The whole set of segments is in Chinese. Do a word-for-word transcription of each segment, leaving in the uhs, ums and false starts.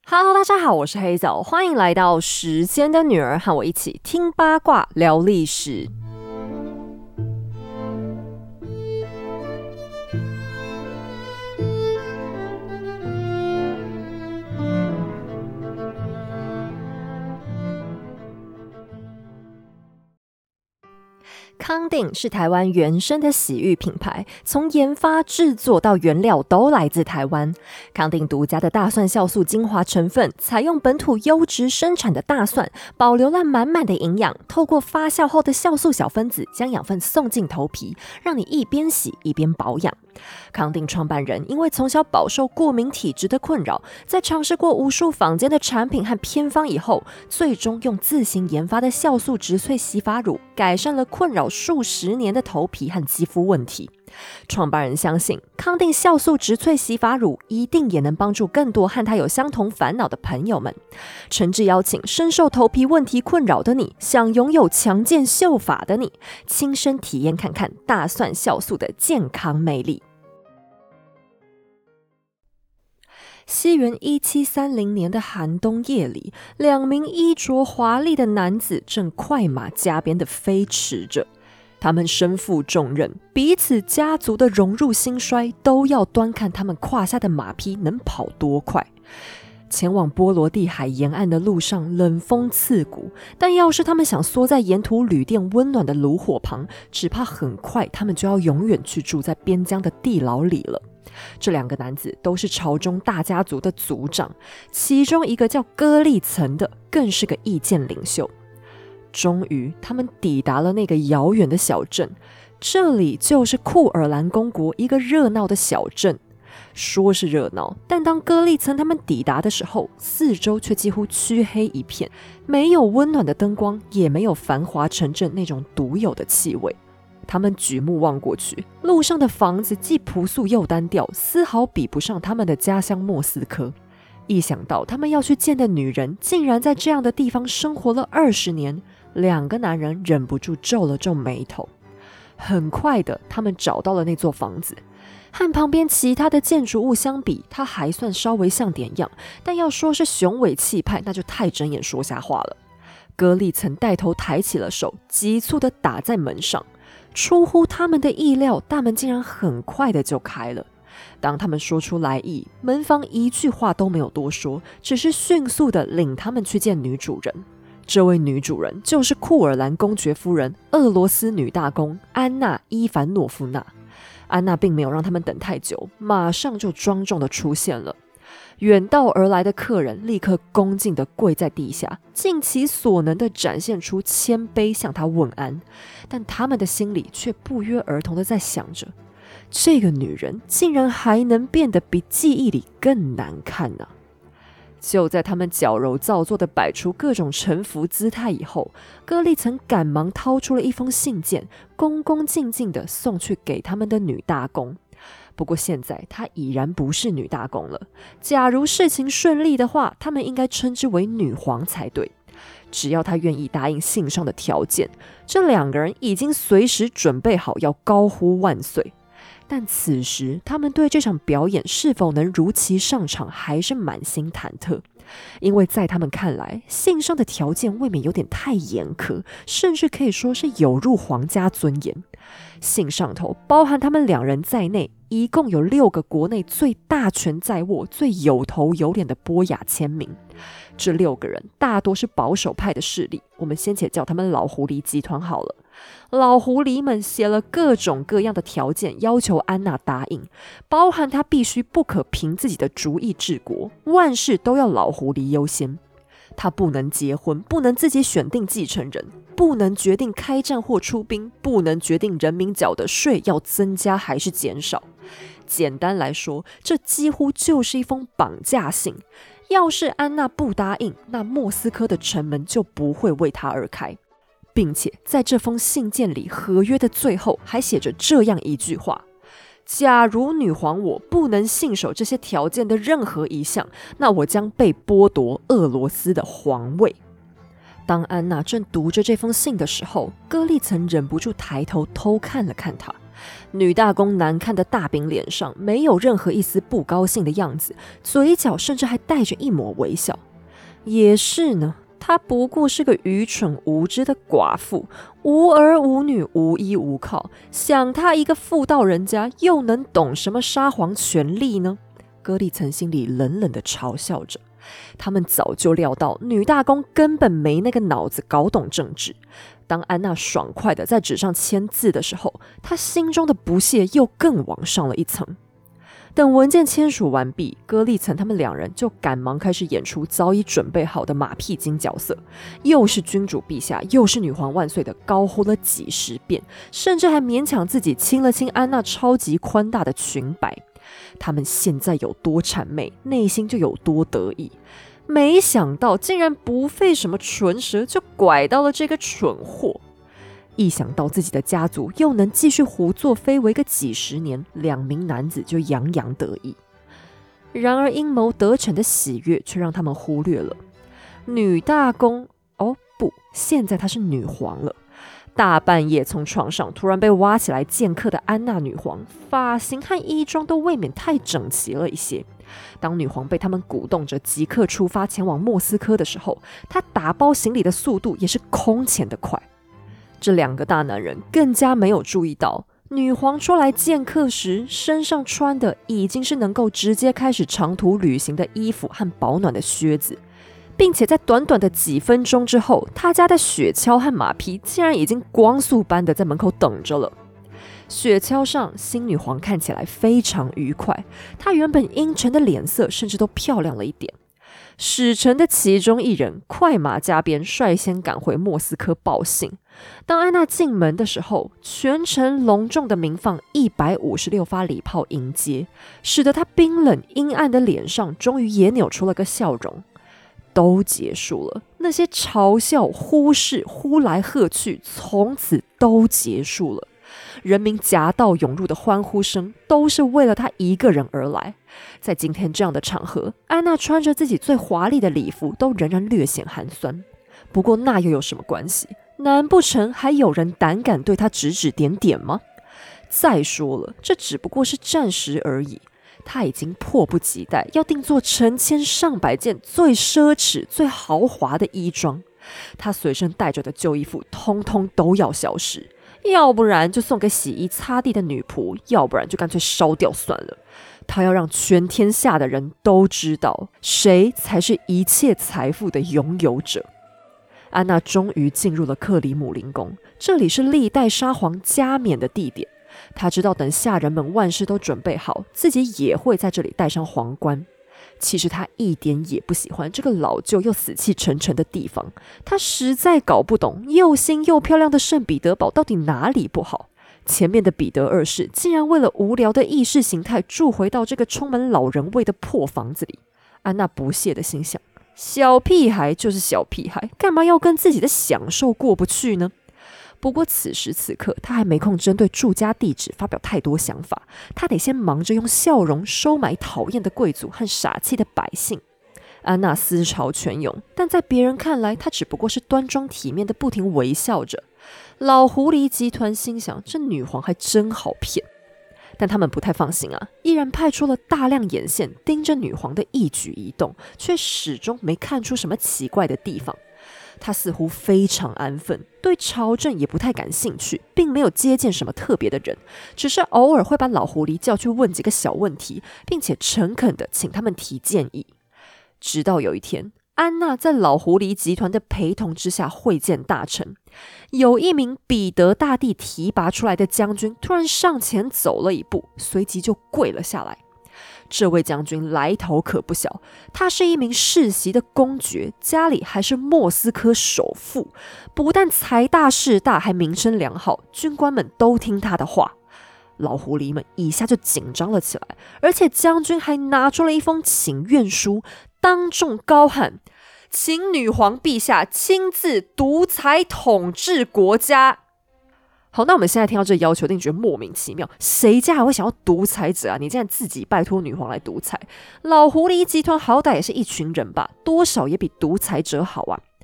Hello，大家好，我是黑枣，欢迎来到时间的女儿，和我一起听八卦聊历史。康定是台湾原生的洗浴品牌，从研发、制作到原料都来自台湾。康定独家的大蒜酵素精华成分，采用本土优质生产的大蒜，保留了满满的营养。透过发酵后的酵素小分子，将养分送进头皮，让你一边洗一边保养。康定创办人因为从小饱受过敏体质的困扰，在尝试过无数坊间的产品和偏方以后，最终用自行研发的酵素植萃洗发乳，改善了困扰数十年的头皮和肌肤问题。创办人相信，康定酵素植萃洗发乳一定也能帮助更多和他有相同烦恼的朋友们。诚挚邀请深受头皮问题困扰的你，想拥有强健秀发的你，亲身体验看看大蒜酵素的健康魅力。西元一七三零年的寒冬夜里，两名衣着华丽的男子正快马加鞭地飞驰着。他们身负重任，彼此家族的荣辱兴衰都要端看他们胯下的马匹能跑多快。前往波罗的海沿岸的路上冷风刺骨，但要是他们想缩在沿途旅店温暖的炉火旁，只怕很快他们就要永远去住在边疆的地牢里了。这两个男子都是朝中大家族的族长，其中一个叫歌利岑的更是个意见领袖。终于他们抵达了那个遥远的小镇，这里就是库尔兰公国一个热闹的小镇。说是热闹，但当歌利岑他们抵达的时候，四周却几乎黢黑一片，没有温暖的灯光，也没有繁华城镇那种独有的气味。他们举目望过去，路上的房子既朴素又单调，丝毫比不上他们的家乡莫斯科。一想到他们要去见的女人竟然在这样的地方生活了二十年，两个男人忍不住皱了皱眉头。很快的，他们找到了那座房子，和旁边其他的建筑物相比，它还算稍微像点样，但要说是雄伟气派，那就太睁眼说瞎话了。歌利岑带头抬起了手，急促地打在门上。出乎他们的意料，大门竟然很快的就开了。当他们说出来意，门房一句话都没有多说，只是迅速的领他们去见女主人。这位女主人就是库尔兰公爵夫人，俄罗斯女大公安娜·伊凡诺夫娜。安娜并没有让他们等太久，马上就庄重的出现了。远道而来的客人立刻恭敬地跪在地下，尽其所能地展现出谦卑，向他问安。但他们的心里却不约而同地在想着，这个女人竟然还能变得比记忆里更难看呢、啊！就在他们矫揉造作地摆出各种臣服姿态以后，歌利岑赶忙掏出了一封信件，恭恭敬敬地送去给他们的女大公。不过现在她已然不是女大公了，假如事情顺利的话，他们应该称之为女皇才对。只要她愿意答应信上的条件，这两个人已经随时准备好要高呼万岁。但此时他们对这场表演是否能如期上场还是满心忐忑，因为在他们看来，信上的条件未免有点太严苛，甚至可以说是有辱皇家尊严。信上头包含他们两人在内，一共有六个国内最大权在握、最有头有脸的波雅签名。这六个人大多是保守派的势力，我们先且叫他们老狐狸集团好了。老狐狸们写了各种各样的条件，要求安娜答应，包含她必须不可凭自己的主意治国，万事都要老狐狸优先。她不能结婚，不能自己选定继承人，不能决定开战或出兵，不能决定人民缴的税要增加还是减少。简单来说，这几乎就是一封绑架信。要是安娜不答应，那莫斯科的城门就不会为她而开。并且在这封信件里，合约的最后还写着这样一句话：假如女皇我不能信守这些条件的任何一项，那我将被剥夺俄罗斯的皇位。当安娜正读着这封信的时候，歌利岑忍不住抬头偷看了看她。 女大公难看的大饼脸上没有任何一丝不高兴的样子，嘴角甚至还带着一抹微笑。也是呢，她不过是个愚蠢无知的寡妇，无儿无女，无依无靠，想她一个妇道人家，又能懂什么沙皇权力呢？歌利岑心里冷冷地嘲笑着。他们早就料到女大公根本没那个脑子搞懂政治。当安娜爽快地在纸上签字的时候，她心中的不屑又更往上了一层。等文件签署完毕，歌利岑他们两人就赶忙开始演出早已准备好的马屁精角色，又是君主陛下，又是女皇万岁的高呼了几十遍，甚至还勉强自己亲了亲安娜超级宽大的裙摆。他们现在有多谄媚，内心就有多得意。没想到竟然不费什么唇舌就拐到了这个蠢货。一想到自己的家族又能继续胡作非为个几十年，两名男子就洋洋得意。然而阴谋得逞的喜悦却让他们忽略了女大公，哦不，现在她是女皇了。大半夜从床上突然被挖起来见客的安娜女皇，发型和衣装都未免太整齐了一些。当女皇被他们鼓动着即刻出发前往莫斯科的时候，她打包行李的速度也是空前的快。这两个大男人更加没有注意到，女皇出来见客时身上穿的已经是能够直接开始长途旅行的衣服和保暖的靴子，并且在短短的几分钟之后，他家的雪橇和马匹竟然已经光速般的在门口等着了。雪橇上，新女皇看起来非常愉快，她原本阴沉的脸色甚至都漂亮了一点。使臣的其中一人快马加鞭，率先赶回莫斯科报信。当安娜进门的时候，全城隆重的鸣放一百五十六发礼炮迎接，使得她冰冷阴暗的脸上终于也扭出了个笑容。都结束了，那些嘲笑、忽视、呼来喝去，从此都结束了。人民夹道涌入的欢呼声都是为了他一个人而来。在今天这样的场合，安娜穿着自己最华丽的礼服都仍然略显寒酸。不过那又有什么关系？难不成还有人胆敢对她指指点点吗？再说了，这只不过是暂时而已。他已经迫不及待要定做成千上百件最奢侈、最豪华的衣装。他随身带着的旧衣服通通都要消失，要不然就送给洗衣擦地的女仆，要不然就干脆烧掉算了。他要让全天下的人都知道，谁才是一切财富的拥有者。安娜终于进入了克里姆林宫，这里是历代沙皇加冕的地点。他知道等下人们万事都准备好，自己也会在这里戴上皇冠。其实他一点也不喜欢这个老旧又死气沉沉的地方，他实在搞不懂又新又漂亮的圣彼得堡到底哪里不好。前面的彼得二世竟然为了无聊的意识形态住回到这个充满老人味的破房子里。安娜不屑的心想，小屁孩就是小屁孩，干嘛要跟自己的享受过不去呢？不过此时此刻，他还没空针对住家地址发表太多想法，他得先忙着用笑容收买讨厌的贵族和傻气的百姓。安娜思潮泉涌，但在别人看来，她只不过是端庄体面的不停微笑着。老狐狸集团心想，这女皇还真好骗。但他们不太放心啊，依然派出了大量眼线盯着女皇的一举一动，却始终没看出什么奇怪的地方。他似乎非常安分，对朝政也不太感兴趣，并没有接见什么特别的人，只是偶尔会把老狐狸叫去问几个小问题，并且诚恳地请他们提建议。直到有一天，安娜在老狐狸集团的陪同之下会见大臣，有一名彼得大帝提拔出来的将军突然上前走了一步，随即就跪了下来。这位将军来头可不小，他是一名世袭的公爵，家里还是莫斯科首富，不但财大势大，还名声良好，军官们都听他的话。老狐狸们一下就紧张了起来，而且将军还拿出了一封请愿书，当众高喊，请女皇陛下亲自独裁统治国家。好，那我们现在听到这要求，一定觉得莫名其妙，谁家还会想要独裁者啊？你竟然自己拜托女皇来独裁，老狐狸集团好歹也是一群人吧，多少也比独裁者好啊。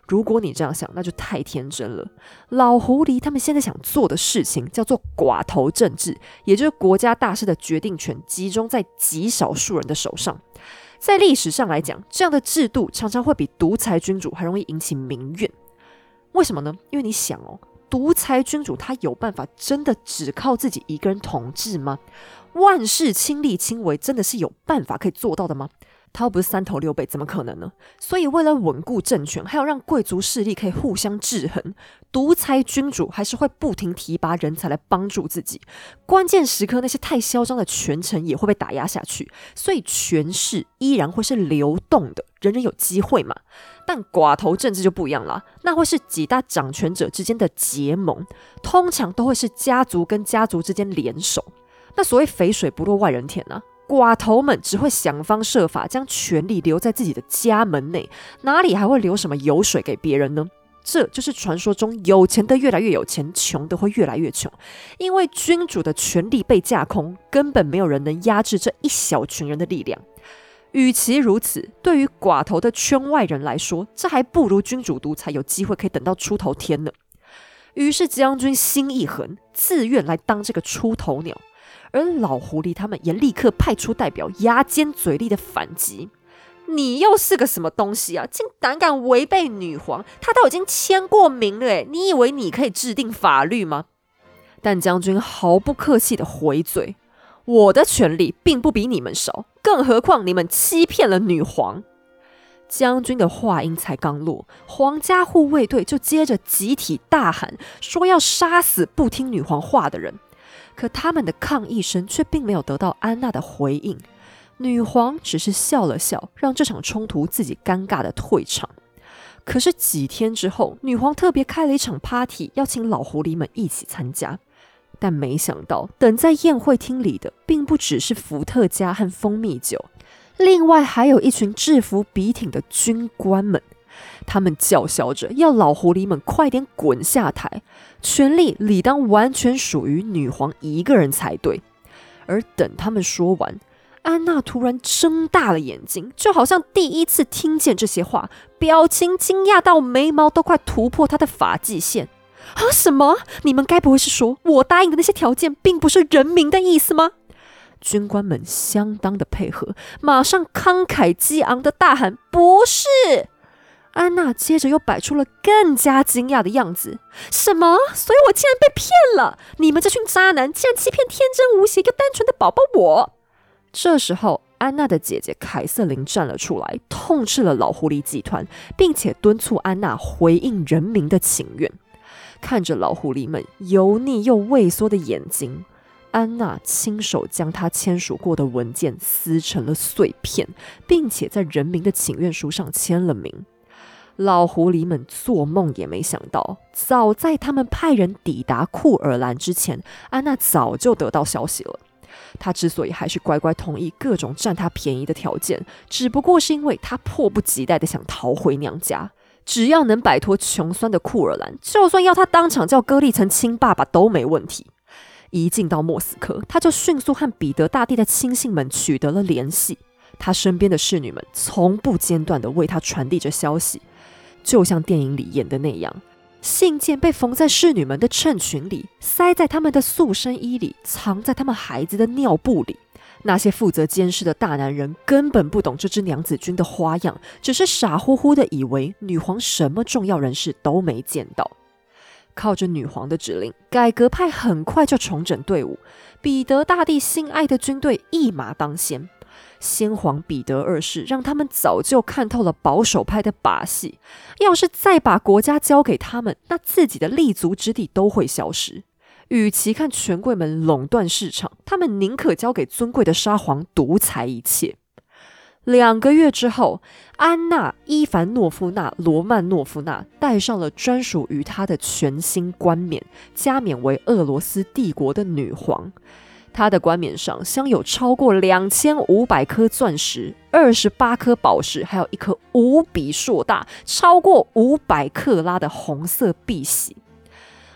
如果你这样想，那就太天真了。老狐狸他们现在想做的事情叫做寡头政治，也就是国家大事的决定权集中在极少数人的手上。在历史上来讲，这样的制度常常会比独裁君主还容易引起民怨。为什么呢？因为你想哦，独裁君主他有办法真的只靠自己一个人统治吗？万事亲力亲为真的是有办法可以做到的吗？他又不是三头六臂，怎么可能呢？所以为了稳固政权，还有让贵族势力可以互相制衡，独裁君主还是会不停提拔人才来帮助自己。关键时刻那些太嚣张的权臣也会被打压下去，所以权势依然会是流动的，人人有机会嘛。但寡头政治就不一样啦，那会是几大掌权者之间的结盟，通常都会是家族跟家族之间联手。那所谓肥水不落外人田啊，寡头们只会想方设法将权力留在自己的家门内，哪里还会留什么油水给别人呢？这就是传说中有钱的越来越有钱，穷的会越来越穷。因为君主的权力被架空，根本没有人能压制这一小群人的力量。与其如此，对于寡头的圈外人来说，这还不如君主独裁有机会可以等到出头天呢。于是将军心一横，自愿来当这个出头鸟。而老狐狸他们也立刻派出代表，牙尖嘴利的反击。你又是个什么东西啊？竟胆敢违背女皇，她都已经签过名了耶，你以为你可以制定法律吗？但将军毫不客气的回嘴：我的权力并不比你们少，更何况你们欺骗了女皇。将军的话音才刚落，皇家护卫队就接着集体大喊，说要杀死不听女皇话的人。可他们的抗议声却并没有得到安娜的回应，女皇只是笑了笑，让这场冲突自己尴尬的退场。可是几天之后，女皇特别开了一场 party， 邀请老狐狸们一起参加。但没想到，等在宴会厅里的并不只是伏特加和蜂蜜酒，另外还有一群制服笔挺的军官们。他们叫嚣着要老狐狸们快点滚下台，权力理当完全属于女皇一个人才对。而等他们说完，安娜突然睁大了眼睛，就好像第一次听见这些话，表情惊讶到眉毛都快突破她的发际线。啊，什么？你们该不会是说我答应的那些条件并不是人民的意思吗？军官们相当的配合，马上慷慨激昂的大喊：不是！安娜接着又摆出了更加惊讶的样子。什么？所以我竟然被骗了？你们这群渣男竟然欺骗天真无邪又单纯的宝宝我！这时候，安娜的姐姐凯瑟琳站了出来，痛斥了老狐狸集团，并且敦促安娜回应人民的请愿。看着老狐狸们油腻又畏缩的眼睛，安娜亲手将她签署过的文件撕成了碎片，并且在人民的请愿书上签了名。老狐狸们做梦也没想到，早在他们派人抵达库尔兰之前，安娜早就得到消息了。她之所以还是乖乖同意各种占她便宜的条件，只不过是因为她迫不及待的想逃回娘家。只要能摆脱穷酸的库尔兰，就算要她当场叫歌利岑亲爸爸都没问题。一进到莫斯科，她就迅速和彼得大帝的亲信们取得了联系。她身边的侍女们从不间断地为她传递着消息，就像电影里演的那样，信件被缝在侍女们的衬裙里，塞在他们的塑身衣里，藏在他们孩子的尿布里。那些负责监视的大男人根本不懂这支娘子军的花样，只是傻乎乎的以为女皇什么重要人士都没见到。靠着女皇的指令，改革派很快就重整队伍，彼得大帝心爱的军队一马当先。先皇彼得二世让他们早就看透了保守派的把戏，要是再把国家交给他们，那自己的立足之地都会消失。与其看权贵们垄断市场，他们宁可交给尊贵的沙皇独裁一切。两个月之后，安娜·伊凡诺夫娜·罗曼诺夫娜戴上了专属于她的全新冠冕，加冕为俄罗斯帝国的女皇。她的冠冕上镶有超过两千五百颗钻石、二十八颗宝石，还有一颗无比硕大、超过五百克拉的红色碧玺。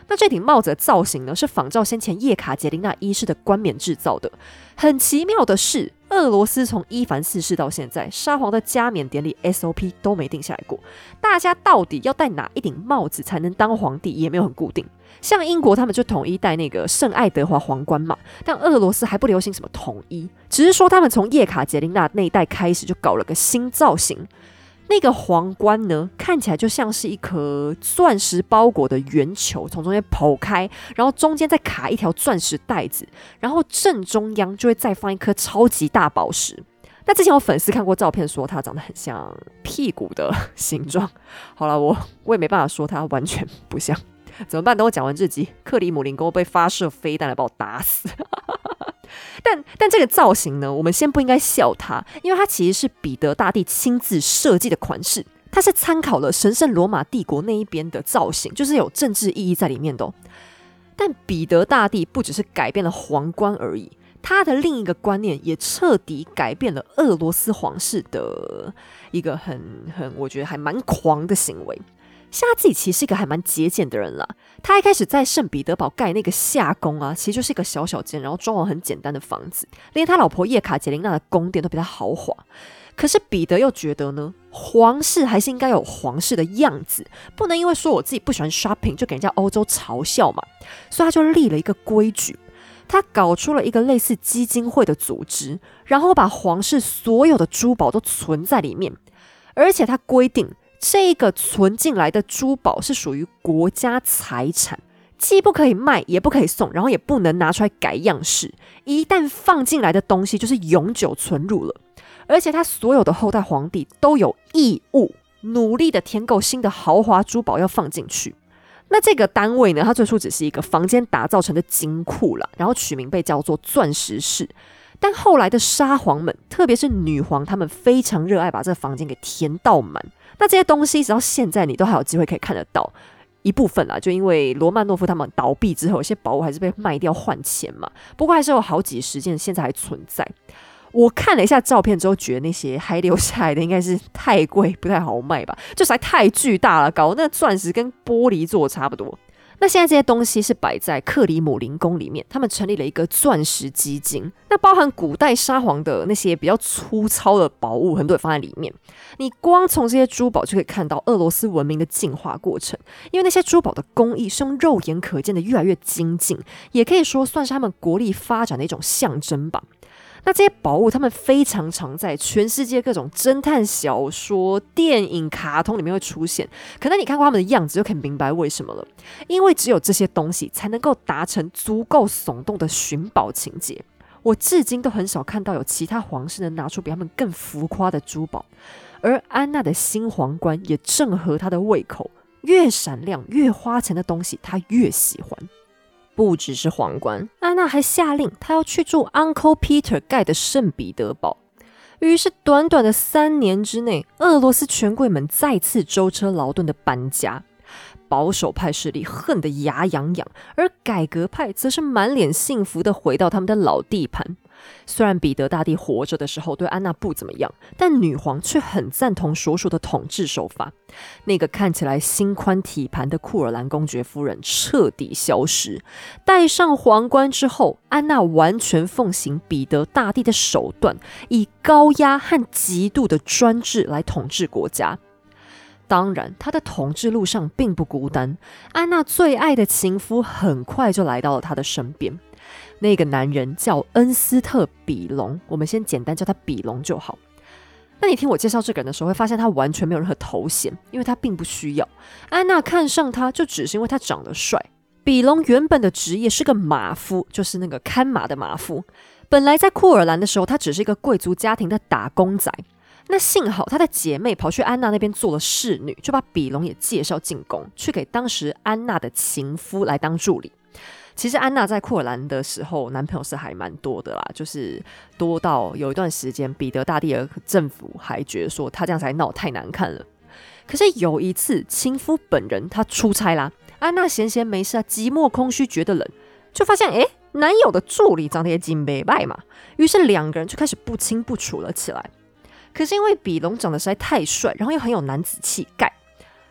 那这顶帽子的造型呢，是仿照先前叶卡捷琳娜一世的冠冕制造的。很奇妙的是，俄罗斯从伊凡四世到现在，沙皇的加冕典礼 S O P 都没定下来过。大家到底要戴哪一顶帽子才能当皇帝，也没有很固定。像英国他们就统一戴那个圣爱德华皇冠嘛，但俄罗斯还不流行什么统一，只是说他们从叶卡捷琳娜那一代开始就搞了个新造型。那个皇冠呢，看起来就像是一颗钻石包裹的圆球，从中间剖开，然后中间再卡一条钻石带子，然后正中央就会再放一颗超级大宝石。那之前有粉丝看过照片说它长得很像屁股的形状，好了，我我也没办法说它完全不像，怎么办？等我讲完这集，克里姆林宫被发射飞弹来把我打死。但但这个造型呢，我们先不应该笑它，因为它其实是彼得大帝亲自设计的款式，它是参考了神圣罗马帝国那一边的造型，就是有政治意义在里面的哦。但彼得大帝不只是改变了皇冠而已，他的另一个观念也彻底改变了俄罗斯皇室的一个很很我觉得还蛮狂的行为。像他自己其实是一个还蛮节俭的人啦，他一开始在圣彼得堡盖那个夏宫啊，其实就是一个小小间，然后装潢很简单的房子，连他老婆叶卡捷琳娜的宫殿都比他豪华。可是彼得又觉得呢，皇室还是应该有皇室的样子，不能因为说我自己不喜欢 shopping 就给人家欧洲嘲笑嘛，所以他就立了一个规矩，他搞出了一个类似基金会的组织，然后把皇室所有的珠宝都存在里面，而且他规定这个存进来的珠宝是属于国家财产，既不可以卖，也不可以送，然后也不能拿出来改样式。一旦放进来的东西就是永久存入了，而且他所有的后代皇帝都有义务努力的填购新的豪华珠宝要放进去。那这个单位呢，它最初只是一个房间打造成的金库啦，然后取名被叫做钻石室。但后来的沙皇们，特别是女皇，他们非常热爱把这个房间给填到满。那这些东西直到现在你都还有机会可以看得到，一部分啦，就因为罗曼诺夫他们倒闭之后，有些宝物还是被卖掉换钱嘛。不过还是有好几十件现在还存在。我看了一下照片之后，觉得那些还留下来的应该是太贵，不太好卖吧，就实在太巨大了，搞得那钻石跟玻璃做的差不多。那现在这些东西是摆在克里姆林宫里面，他们成立了一个钻石基金，那包含古代沙皇的那些比较粗糙的宝物，很多也放在里面。你光从这些珠宝就可以看到俄罗斯文明的进化过程，因为那些珠宝的工艺是用肉眼可见的越来越精进，也可以说算是他们国力发展的一种象征吧。那这些宝物，他们非常常在全世界各种侦探小说、电影、卡通里面会出现。可能你看过他们的样子，就可以明白为什么了。因为只有这些东西才能够达成足够耸动的寻宝情节。我至今都很少看到有其他皇室能拿出比他们更浮夸的珠宝。而安娜的新皇冠也正合她的胃口，越闪亮、越花钱的东西，她越喜欢。不只是皇冠，安娜还下令她要去住 Uncle Peter 盖的圣彼得堡。于是短短的三年之内，俄罗斯权贵们再次舟车劳顿的搬家。保守派势力恨得牙痒痒，而改革派则是满脸幸福的回到他们的老地盘。虽然彼得大帝活着的时候对安娜不怎么样，但女皇却很赞同所属的统治手法。那个看起来心宽体盘的库尔兰公爵夫人彻底消失，戴上皇冠之后，安娜完全奉行彼得大帝的手段，以高压和极度的专制来统治国家。当然，他的统治路上并不孤单，安娜最爱的情夫很快就来到了他的身边。那个男人叫恩斯特·比隆，我们先简单叫他比隆就好。那你听我介绍这个人的时候，会发现他完全没有任何头衔，因为他并不需要。安娜看上他，就只是因为他长得帅。比隆原本的职业是个马夫，就是那个看马的马夫。本来在库尔兰的时候，他只是一个贵族家庭的打工仔。那幸好他的姐妹跑去安娜那边做了侍女，就把比隆也介绍进宫，去给当时安娜的情夫来当助理。其实安娜在库尔兰的时候，男朋友是还蛮多的啦，就是多到有一段时间，彼得大帝的政府还觉得说他这样才闹太难看了。可是有一次，情夫本人他出差啦，安娜闲闲没事啊，寂寞空虚觉得冷，就发现诶，男友的助理长得也挺美败嘛，于是两个人就开始不清不楚了起来。可是因为比隆长得实在太帅，然后又很有男子气概，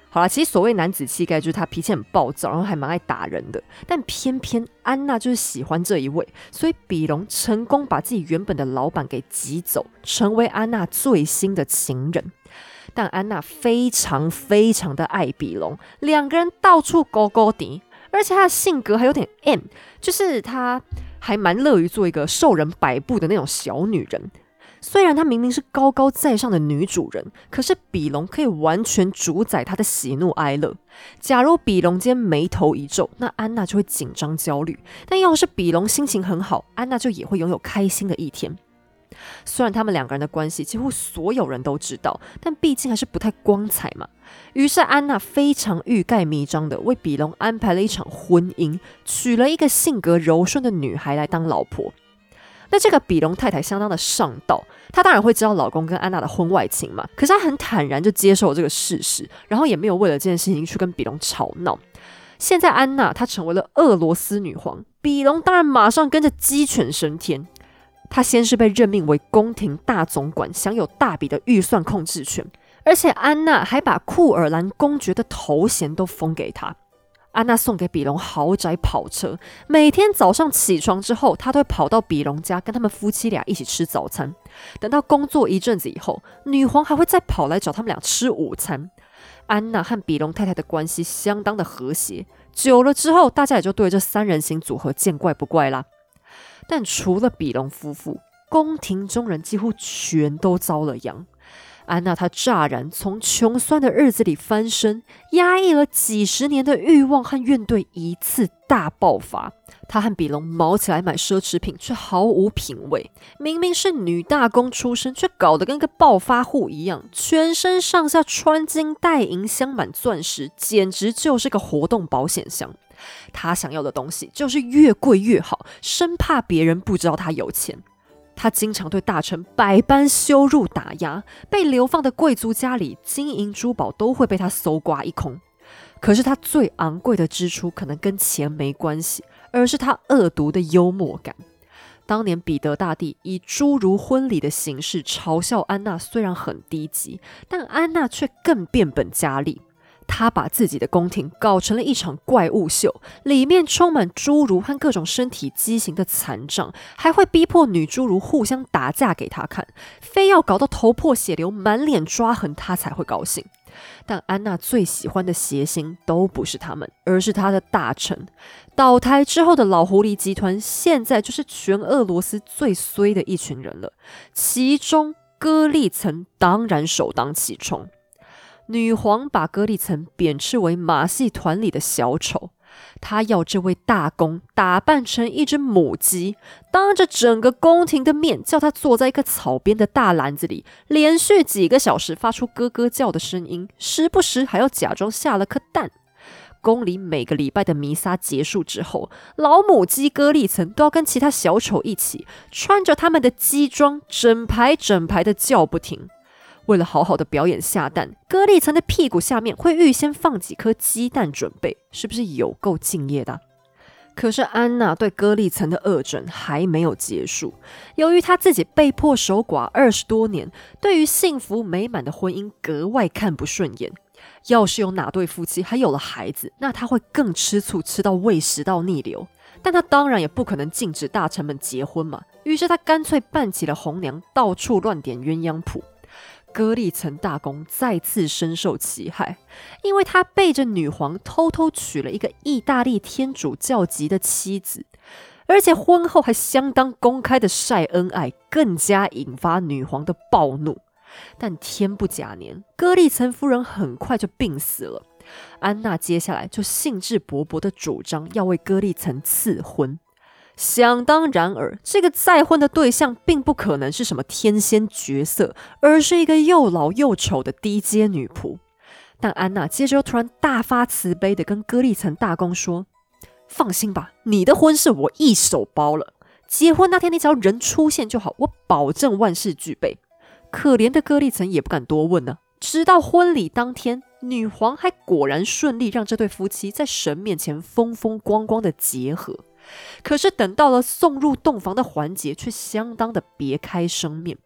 好啦，其实所谓男子气概就是他脾气很暴躁，然后还蛮爱打人的。但偏偏安娜就是喜欢这一位，所以比隆成功把自己原本的老板给挤走，成为安娜最新的情人。但安娜非常非常的爱比隆，两个人到处勾勾搭，而且她的性格还有点 M， 就是她还蛮乐于做一个受人摆布的那种小女人。虽然她明明是高高在上的女主人，可是比隆可以完全主宰她的喜怒哀乐。假如比隆今天眉头一皱，那安娜就会紧张焦虑；但要是比隆心情很好，安娜就也会拥有开心的一天。虽然他们两个人的关系几乎所有人都知道，但毕竟还是不太光彩嘛。于是安娜非常欲盖弥彰的为比隆安排了一场婚姻，娶了一个性格柔顺的女孩来当老婆。那这个比隆太太相当的上道，她当然会知道老公跟安娜的婚外情嘛，可是她很坦然就接受了这个事实，然后也没有为了这件事情去跟比隆吵闹。现在安娜她成为了俄罗斯女皇，比隆当然马上跟着鸡犬升天。他先是被任命为宫廷大总管，享有大笔的预算控制权，而且安娜还把库尔兰公爵的头衔都封给他。安娜送给比隆豪宅跑车，每天早上起床之后，她都会跑到比隆家跟他们夫妻俩一起吃早餐。等到工作一阵子以后，女皇还会再跑来找他们俩吃午餐。安娜和比隆太太的关系相当的和谐，久了之后，大家也就对这三人行组合见怪不怪啦。但除了比隆夫妇，宫廷中人几乎全都遭了殃。安娜她乍然从穷酸的日子里翻身，压抑了几十年的欲望和怨怼一次大爆发。她和比隆毛起来买奢侈品，却毫无品味。明明是女大公出身，却搞得跟个暴发户一样，全身上下穿金戴银，镶满钻石，简直就是个活动保险箱。他想要的东西就是越贵越好，生怕别人不知道他有钱。他经常对大臣百般羞辱打压，被流放的贵族家里金银珠宝都会被他搜刮一空。可是他最昂贵的支出可能跟钱没关系，而是他恶毒的幽默感。当年彼得大帝以诸如婚礼的形式嘲笑安娜，虽然很低级，但安娜却更变本加厉。他把自己的宫廷搞成了一场怪物秀，里面充满侏儒和各种身体畸形的残障，还会逼迫女侏儒互相打架给他看，非要搞到头破血流、满脸抓痕，他才会高兴。但安娜最喜欢的谐星都不是他们，而是他的大臣。倒台之后的老狐狸集团，现在就是全俄罗斯最衰的一群人了，其中歌利岑当然首当其冲。女皇把歌利岑贬斥为马戏团里的小丑，她要这位大公打扮成一只母鸡，当着整个宫廷的面叫他坐在一个草编的大篮子里，连续几个小时发出咯咯叫的声音，时不时还要假装下了颗蛋。宫里每个礼拜的弥撒结束之后，老母鸡歌利岑都要跟其他小丑一起穿着他们的鸡装，整排整排的叫不停。为了好好的表演下蛋，歌利岑的屁股下面会预先放几颗鸡蛋准备，是不是有够敬业的啊？可是安娜对歌利岑的恶整还没有结束，由于她自己被迫守寡二十多年，对于幸福美满的婚姻格外看不顺眼。要是有哪对夫妻还有了孩子，那她会更吃醋，吃到胃食道逆流。但她当然也不可能禁止大臣们结婚嘛，于是她干脆扮起了红娘，到处乱点鸳鸯谱。歌利岑大公再次深受其害，因为他背着女皇偷偷娶了一个意大利天主教籍的妻子，而且婚后还相当公开的晒恩爱，更加引发女皇的暴怒。但天不假年，歌利岑夫人很快就病死了。安娜接下来就兴致勃勃地主张要为歌利岑赐婚。想当然尔，这个再婚的对象并不可能是什么天仙角色，而是一个又老又丑的低阶女仆。但安娜接着又突然大发慈悲的跟歌利岑大公说：“放心吧，你的婚事我一手包了，结婚那天你只要人出现就好，我保证万事俱备。”可怜的歌利岑也不敢多问呢、啊。直到婚礼当天，女皇还果然顺利让这对夫妻在神面前风风光光的结合。可是等到了送入洞房的环节，却相当的别开生面。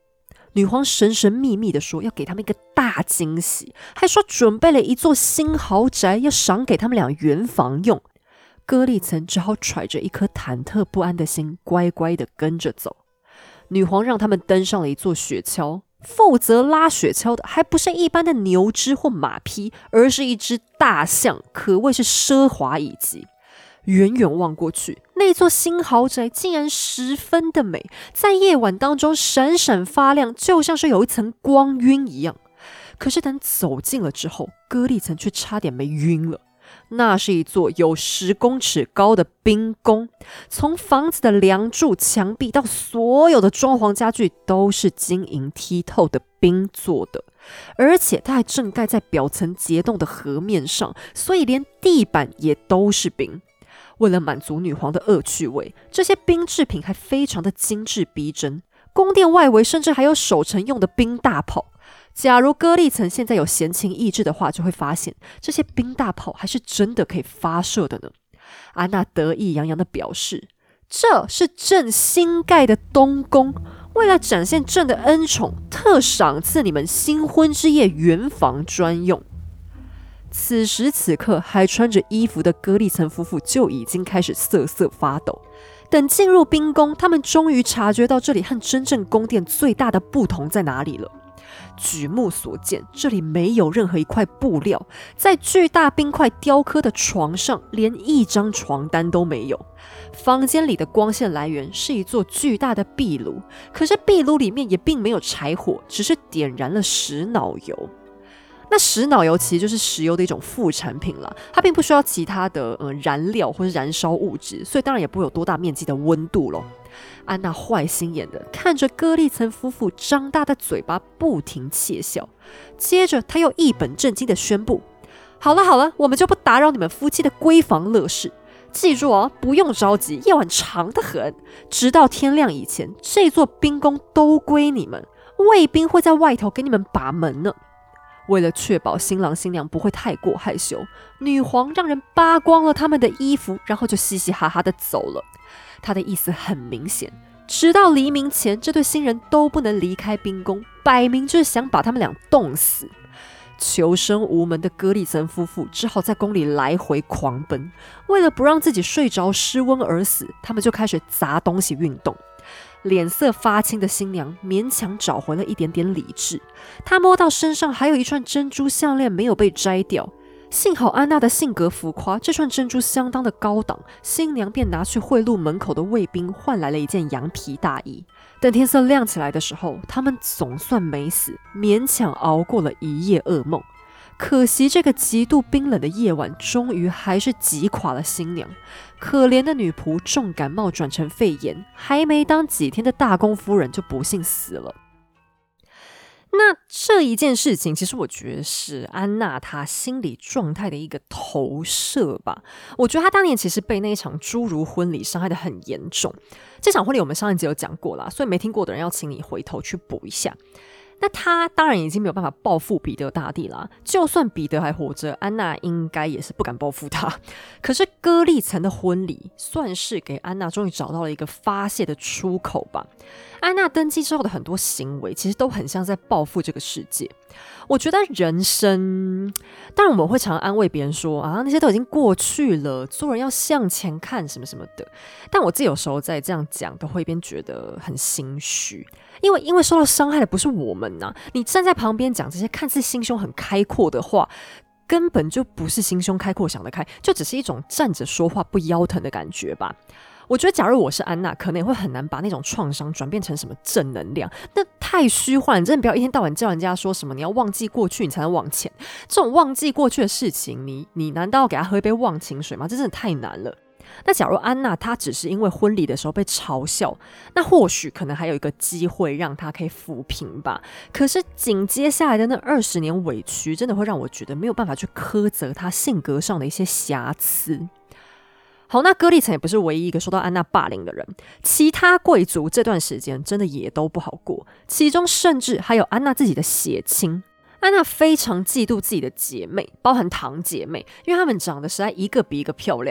女皇神神秘秘地说要给他们一个大惊喜，还说准备了一座新豪宅要赏给他们俩圆房用。歌利岑只好揣着一颗忐忑不安的心，乖乖地跟着走。女皇让他们登上了一座雪橇，负责拉雪橇的还不是一般的牛只或马匹，而是一只大象，可谓是奢华以极。远远望过去，那座新豪宅竟然十分的美，在夜晚当中闪闪发亮，就像是有一层光晕一样。可是等走近了之后，歌利岑却差点没晕了。那是一座有十公尺高的冰宫，从房子的梁柱、墙壁到所有的装潢家具都是晶莹剔透的冰做的，而且它还正盖在表层结冻的河面上，所以连地板也都是冰。为了满足女皇的恶趣味，这些冰制品还非常的精致逼真。宫殿外围甚至还有守城用的冰大炮。假如歌利岑现在有闲情逸致的话，就会发现这些冰大炮还是真的可以发射的呢。安娜得意洋洋地表示，这是朕新盖的东宫，为了展现朕的恩宠，特赏赐你们新婚之夜圆房专用。此时此刻还穿着衣服的歌利岑夫妇就已经开始瑟瑟发抖。等进入冰宫，他们终于察觉到这里和真正宫殿最大的不同在哪里了。举目所见，这里没有任何一块布料，在巨大冰块雕刻的床上，连一张床单都没有。房间里的光线来源是一座巨大的壁炉，可是壁炉里面也并没有柴火，只是点燃了石脑油。那石脑油其实就是石油的一种副产品啦，它并不需要其他的、呃、燃料或是燃烧物质，所以当然也不会有多大面积的温度咯。安娜坏心眼的看着歌利岑夫妇张大的嘴巴不停窃笑，接着她又一本正经的宣布，好了好了，我们就不打扰你们夫妻的闺房乐事，记住哦，不用着急，夜晚长得很，直到天亮以前，这座冰宫都归你们，卫兵会在外头给你们把门呢。为了确保新郎新娘不会太过害羞，女皇让人扒光了他们的衣服，然后就嘻嘻哈哈的走了。她的意思很明显，直到黎明前，这对新人都不能离开冰宫，摆明就是想把他们俩冻死。求生无门的歌利岑夫妇只好在宫里来回狂奔，为了不让自己睡着失温而死，他们就开始砸东西运动。脸色发青的新娘勉强找回了一点点理智，她摸到身上还有一串珍珠项链没有被摘掉，幸好安娜的性格浮夸，这串珍珠相当的高档，新娘便拿去贿赂门口的卫兵，换来了一件羊皮大衣。等天色亮起来的时候，他们总算没死，勉强熬过了一夜噩梦。可惜这个极度冰冷的夜晚，终于还是击垮了新娘。可怜的女仆重感冒转成肺炎，还没当几天的大公夫人就不幸死了。那这一件事情，其实我觉得是安娜她心理状态的一个投射吧。我觉得她当年其实被那一场侏儒婚礼伤害得很严重。这场婚礼我们上一集有讲过啦，所以没听过的人要请你回头去补一下。那他当然已经没有办法报复彼得大帝啦，就算彼得还活着，安娜应该也是不敢报复他。可是歌利岑的婚礼算是给安娜终于找到了一个发泄的出口吧。安娜登基之后的很多行为其实都很像在报复这个世界。我觉得人生，当然我们会常安慰别人说啊，那些都已经过去了，做人要向前看什么什么的。但我自己有时候在这样讲，都会一边觉得很心虚，因为因为受到伤害的不是我们啊，你站在旁边讲这些看似心胸很开阔的话，根本就不是心胸开阔想得开，就只是一种站着说话不腰疼的感觉吧。我觉得假如我是安娜，可能也会很难把那种创伤转变成什么正能量，那太虚幻，你真的不要一天到晚叫人家说什么你要忘记过去你才能往前，这种忘记过去的事情，你你难道要给他喝一杯忘情水吗？这真的太难了。那假如安娜她只是因为婚礼的时候被嘲笑，那或许可能还有一个机会让她可以抚平吧。可是紧接下来的那二十年委屈，真的会让我觉得没有办法去苛责她性格上的一些瑕疵。好，那歌利岑也不是唯一一个受到安娜霸凌的人，其他贵族这段时间真的也都不好过，其中甚至还有安娜自己的血亲。安娜非常嫉妒自己的姐妹，包含堂姐妹，因为她们长得实在一个比一个漂亮。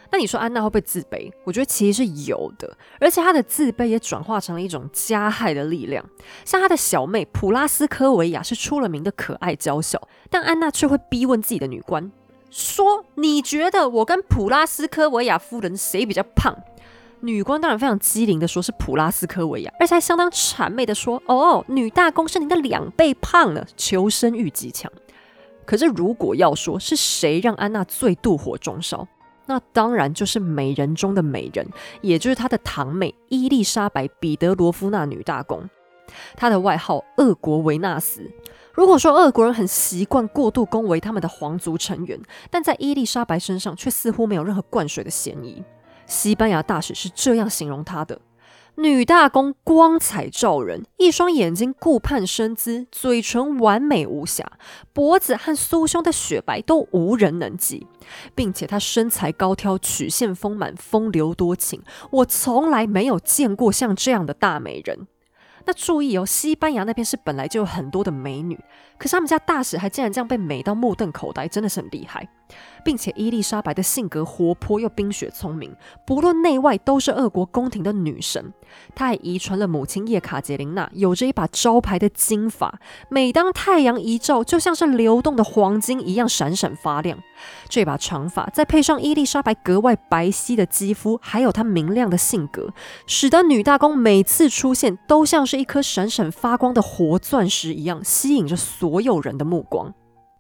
那你说安娜会不会自卑？我觉得其实是有的，而且她的自卑也转化成了一种加害的力量。像她的小妹普拉斯科维亚是出了名的可爱娇小，但安娜却会逼问自己的女官，说你觉得我跟普拉斯科维亚夫人谁比较胖？女官当然非常机灵的说是普拉斯科维亚，而且还相当谄媚的说，哦，女大公是您的两倍胖呢，求生欲极强。可是如果要说是谁让安娜最妒火中烧，那当然就是美人中的美人，也就是她的堂妹伊丽莎白·彼得罗夫娜女大公。她的外号俄国维纳斯。如果说俄国人很习惯过度恭维他们的皇族成员，但在伊丽莎白身上却似乎没有任何灌水的嫌疑。西班牙大使是这样形容她的：女大公光彩照人，一双眼睛顾盼生姿，嘴唇完美无瑕，脖子和酥胸的雪白都无人能及，并且她身材高挑，曲线丰满，风流多情，我从来没有见过像这样的大美人。那注意哦，西班牙那边是本来就有很多的美女，可是他们家大使还竟然这样被美到目瞪口呆，真的是很厉害。并且伊丽莎白的性格活泼又冰雪聪明，不论内外都是俄国宫廷的女神。她还遗传了母亲叶卡捷琳娜有着一把招牌的金发，每当太阳一照，就像是流动的黄金一样闪闪发亮。这把长发再配上伊丽莎白格外白皙的肌肤，还有她明亮的性格，使得女大公每次出现都像是一颗闪闪发光的活钻石一样，吸引着所有人的目光。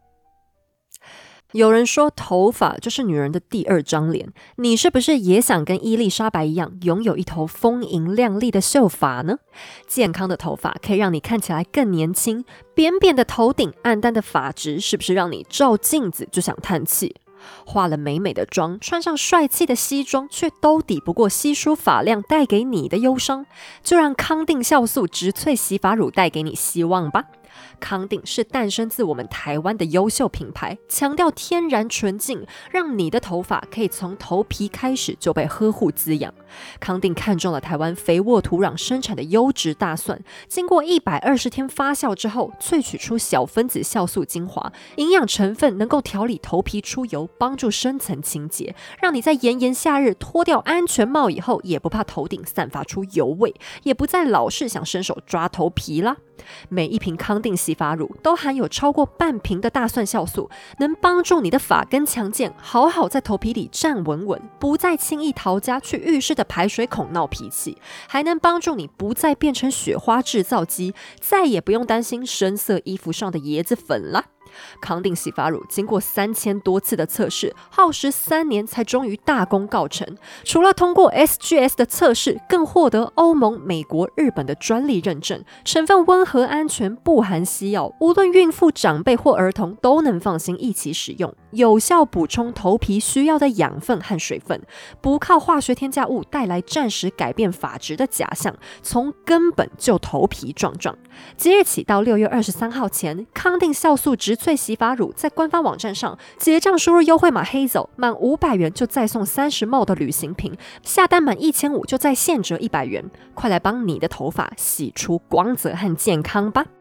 有人说头发就是女人的第二张脸，你是不是也想跟伊丽莎白一样拥有一头丰盈亮丽的秀发呢？健康的头发可以让你看起来更年轻，扁扁的头顶，暗淡的发质，是不是让你照镜子就想叹气？化了美美的妆，穿上帅气的西装，却都抵不过稀疏发量带给你的忧伤，就让康定酵素植萃洗发乳带给你希望吧。康定是诞生自我们台湾的优秀品牌，强调天然纯净，让你的头发可以从头皮开始就被呵护滋养。康定看中了台湾肥沃土壤生产的优质大蒜，经过一百二十天发酵之后，萃取出小分子酵素精华，营养成分能够调理头皮出油，帮助深层清洁，让你在炎炎夏日脱掉安全帽以后，也不怕头顶散发出油味，也不再老是想伸手抓头皮啦。每一瓶康定洗发乳都含有超过半瓶的大蒜酵素，能帮助你的发根强健，好好在头皮里站稳稳，不再轻易逃家去浴室的排水孔闹脾气，还能帮助你不再变成雪花制造机，再也不用担心深色衣服上的椰子粉啦。康定洗发乳经过三千多次的测试，耗时三年才终于大功告成。除了通过 S G S 的测试，更获得欧盟、美国、日本的专利认证，成分温和安全，不含西药，无论孕妇、长辈或儿童都能放心一起使用，有效补充头皮需要的养分和水分，不靠化学添加物带来暂时改变发质的假象，从根本就头皮壮壮。即日起到六月二十三号前，康定酵素植萃洗发乳在官方网站上结账输入优惠码黑走，满五百元就再送三十 ml 的旅行瓶，下单满一千五就再现折一百元，快来帮你的头发洗出光泽和健康吧。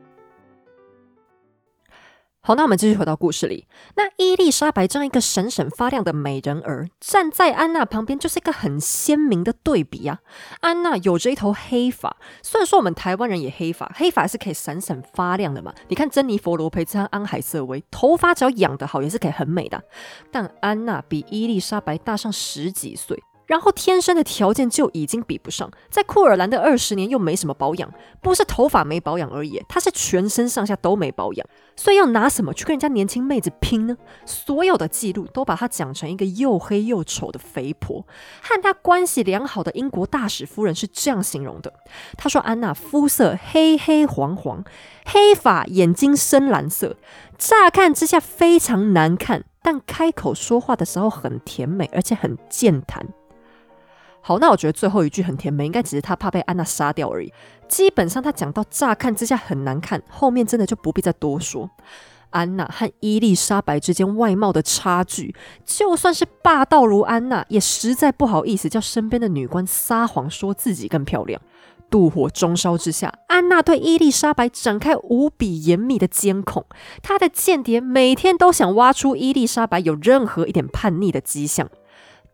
好，那我们继续回到故事里。那伊丽莎白这样一个闪闪发亮的美人儿，站在安娜旁边就是一个很鲜明的对比啊。安娜有着一头黑发，虽然说我们台湾人也黑发，黑发是可以闪闪发亮的嘛。你看珍妮佛罗培兹和安海瑟薇，头发只要养得好也是可以很美的。但安娜比伊丽莎白大上十几岁，然后天生的条件就已经比不上，在库尔兰的二十年又没什么保养，不是头发没保养而已，她是全身上下都没保养，所以要拿什么去跟人家年轻妹子拼呢？所有的记录都把她讲成一个又黑又丑的肥婆。和她关系良好的英国大使夫人是这样形容的，她说安娜肤色黑黑黄黄，黑发，眼睛深蓝色，乍看之下非常难看，但开口说话的时候很甜美，而且很健谈。好，那我觉得最后一句很甜美，应该只是他怕被安娜杀掉而已。基本上他讲到乍看之下很难看，后面真的就不必再多说。安娜和伊丽莎白之间外貌的差距，就算是霸道如安娜，也实在不好意思叫身边的女官撒谎说自己更漂亮。妒火中烧之下，安娜对伊丽莎白展开无比严密的监控，她的间谍每天都想挖出伊丽莎白有任何一点叛逆的迹象。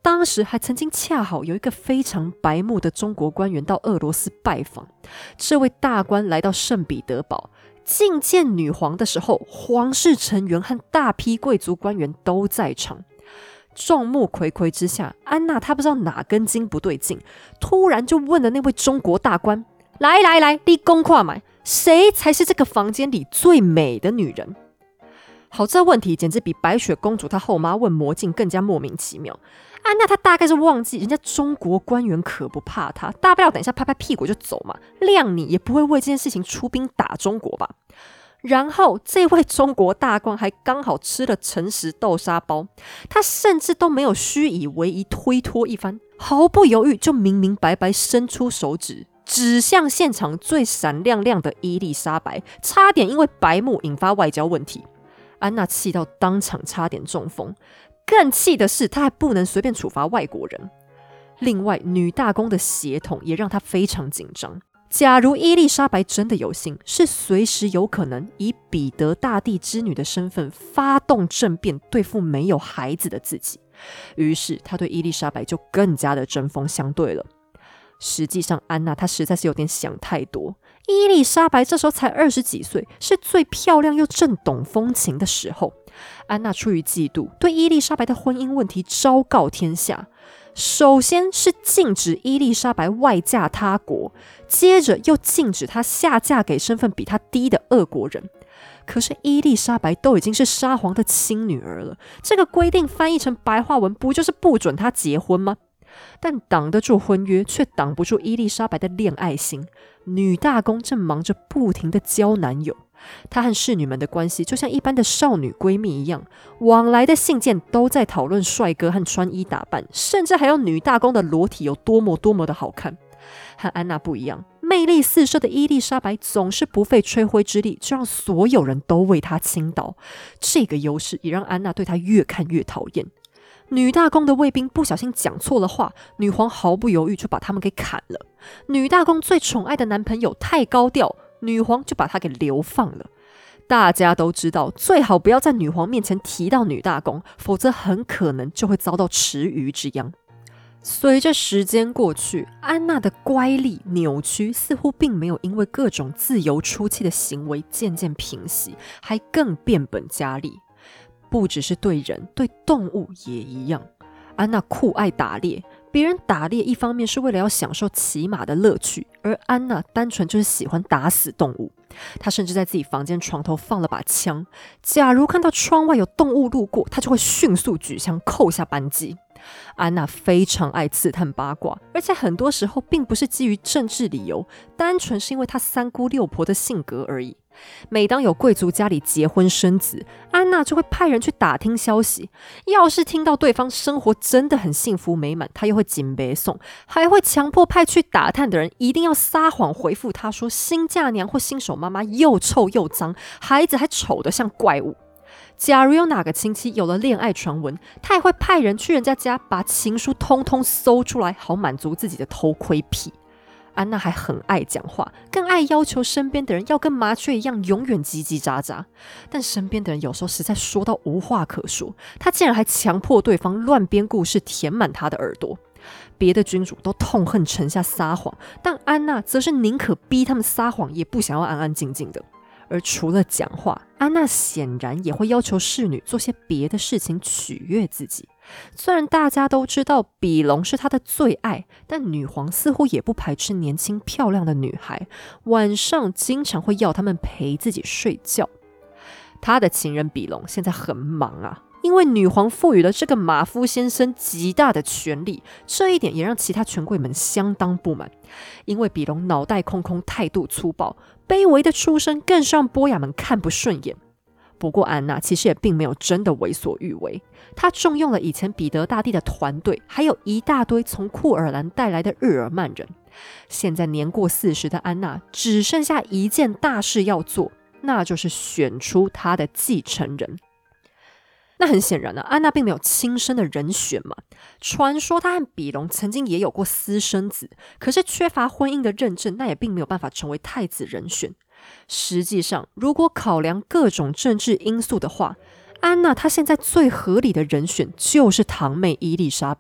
当时还曾经恰好有一个非常白目的中国官员到俄罗斯拜访，这位大官来到圣彼得堡觐见女皇的时候，皇室成员和大批贵族官员都在场。众目睽睽之下，安娜她不知道哪根筋不对劲，突然就问了那位中国大官：来来来，你公看买，谁才是这个房间里最美的女人？好，这问题简直比白雪公主她后妈问魔镜更加莫名其妙。安娜她大概是忘记人家中国官员可不怕她，大不了等一下拍拍屁股就走嘛，谅你也不会为这件事情出兵打中国吧。然后这位中国大官还刚好吃了诚实豆沙包，他甚至都没有虚以为意推脱一番，毫不犹豫就明明白白伸出手指指向现场最闪亮亮的伊丽莎白，差点因为白目引发外交问题。安娜气到当场差点中风，更气的是她还不能随便处罚外国人。另外，女大公的血统也让她非常紧张。假如伊丽莎白真的有心，是随时有可能以彼得大帝之女的身份发动政变，对付没有孩子的自己。于是她对伊丽莎白就更加的针锋相对了。实际上，安娜她实在是有点想太多。伊丽莎白这时候才二十几岁，是最漂亮又正懂风情的时候。安娜出于嫉妒，对伊丽莎白的婚姻问题昭告天下。首先是禁止伊丽莎白外嫁他国，接着又禁止她下嫁给身份比她低的俄国人。可是伊丽莎白都已经是沙皇的亲女儿了，这个规定翻译成白话文不就是不准她结婚吗？但挡得住婚约，却挡不住伊丽莎白的恋爱心。女大公正忙着不停的交男友，她和侍女们的关系就像一般的少女闺蜜一样，往来的信件都在讨论帅哥和穿衣打扮，甚至还有女大公的裸体有多么多么的好看。和安娜不一样，魅力四射的伊丽莎白总是不费吹灰之力就让所有人都为她倾倒，这个优势也让安娜对她越看越讨厌。女大公的卫兵不小心讲错了话，女皇毫不犹豫就把他们给砍了。女大公最宠爱的男朋友太高调，女皇就把他给流放了。大家都知道，最好不要在女皇面前提到女大公，否则很可能就会遭到池鱼之殃。随着时间过去，安娜的乖戾扭曲似乎并没有因为各种自由出气的行为渐渐平息，还更变本加厉。不只是对人，对动物也一样。安娜酷爱打猎，别人打猎一方面是为了要享受骑马的乐趣，而安娜单纯就是喜欢打死动物。她甚至在自己房间床头放了把枪，假如看到窗外有动物路过，她就会迅速举枪扣下扳机。安娜非常爱刺探八卦，而且很多时候并不是基于政治理由，单纯是因为她三姑六婆的性格而已。每当有贵族家里结婚生子，安娜就会派人去打听消息。要是听到对方生活真的很幸福美满，她又会紧背送，还会强迫派去打探的人一定要撒谎回复她说新嫁娘或新手妈妈又臭又脏，孩子还丑得像怪物。假如有哪个亲戚有了恋爱传闻，他也会派人去人家家把情书通通搜出来，好满足自己的偷窥癖。安娜还很爱讲话，更爱要求身边的人要跟麻雀一样永远叽叽喳喳。但身边的人有时候实在说到无话可说，她竟然还强迫对方乱编故事填满她的耳朵。别的君主都痛恨臣下撒谎，但安娜则是宁可逼他们撒谎，也不想要安安静静的。而除了讲话，安娜显然也会要求侍女做些别的事情取悦自己。虽然大家都知道比龙是她的最爱，但女皇似乎也不排斥年轻漂亮的女孩，晚上经常会要她们陪自己睡觉。她的情人比龙现在很忙啊，因为女皇赋予了这个马夫先生极大的权力，这一点也让其他权贵们相当不满。因为比龙脑袋空空，态度粗暴，卑微的出身更是让波雅们看不顺眼。不过安娜其实也并没有真的为所欲为，她重用了以前彼得大帝的团队，还有一大堆从库尔兰带来的日耳曼人。现在年过四十的安娜只剩下一件大事要做，那就是选出她的继承人。那很显然啊，安娜并没有亲生的人选嘛。传说她和比龙曾经也有过私生子，可是缺乏婚姻的认证，那也并没有办法成为太子人选。实际上，如果考量各种政治因素的话，安娜她现在最合理的人选就是堂妹伊丽莎白。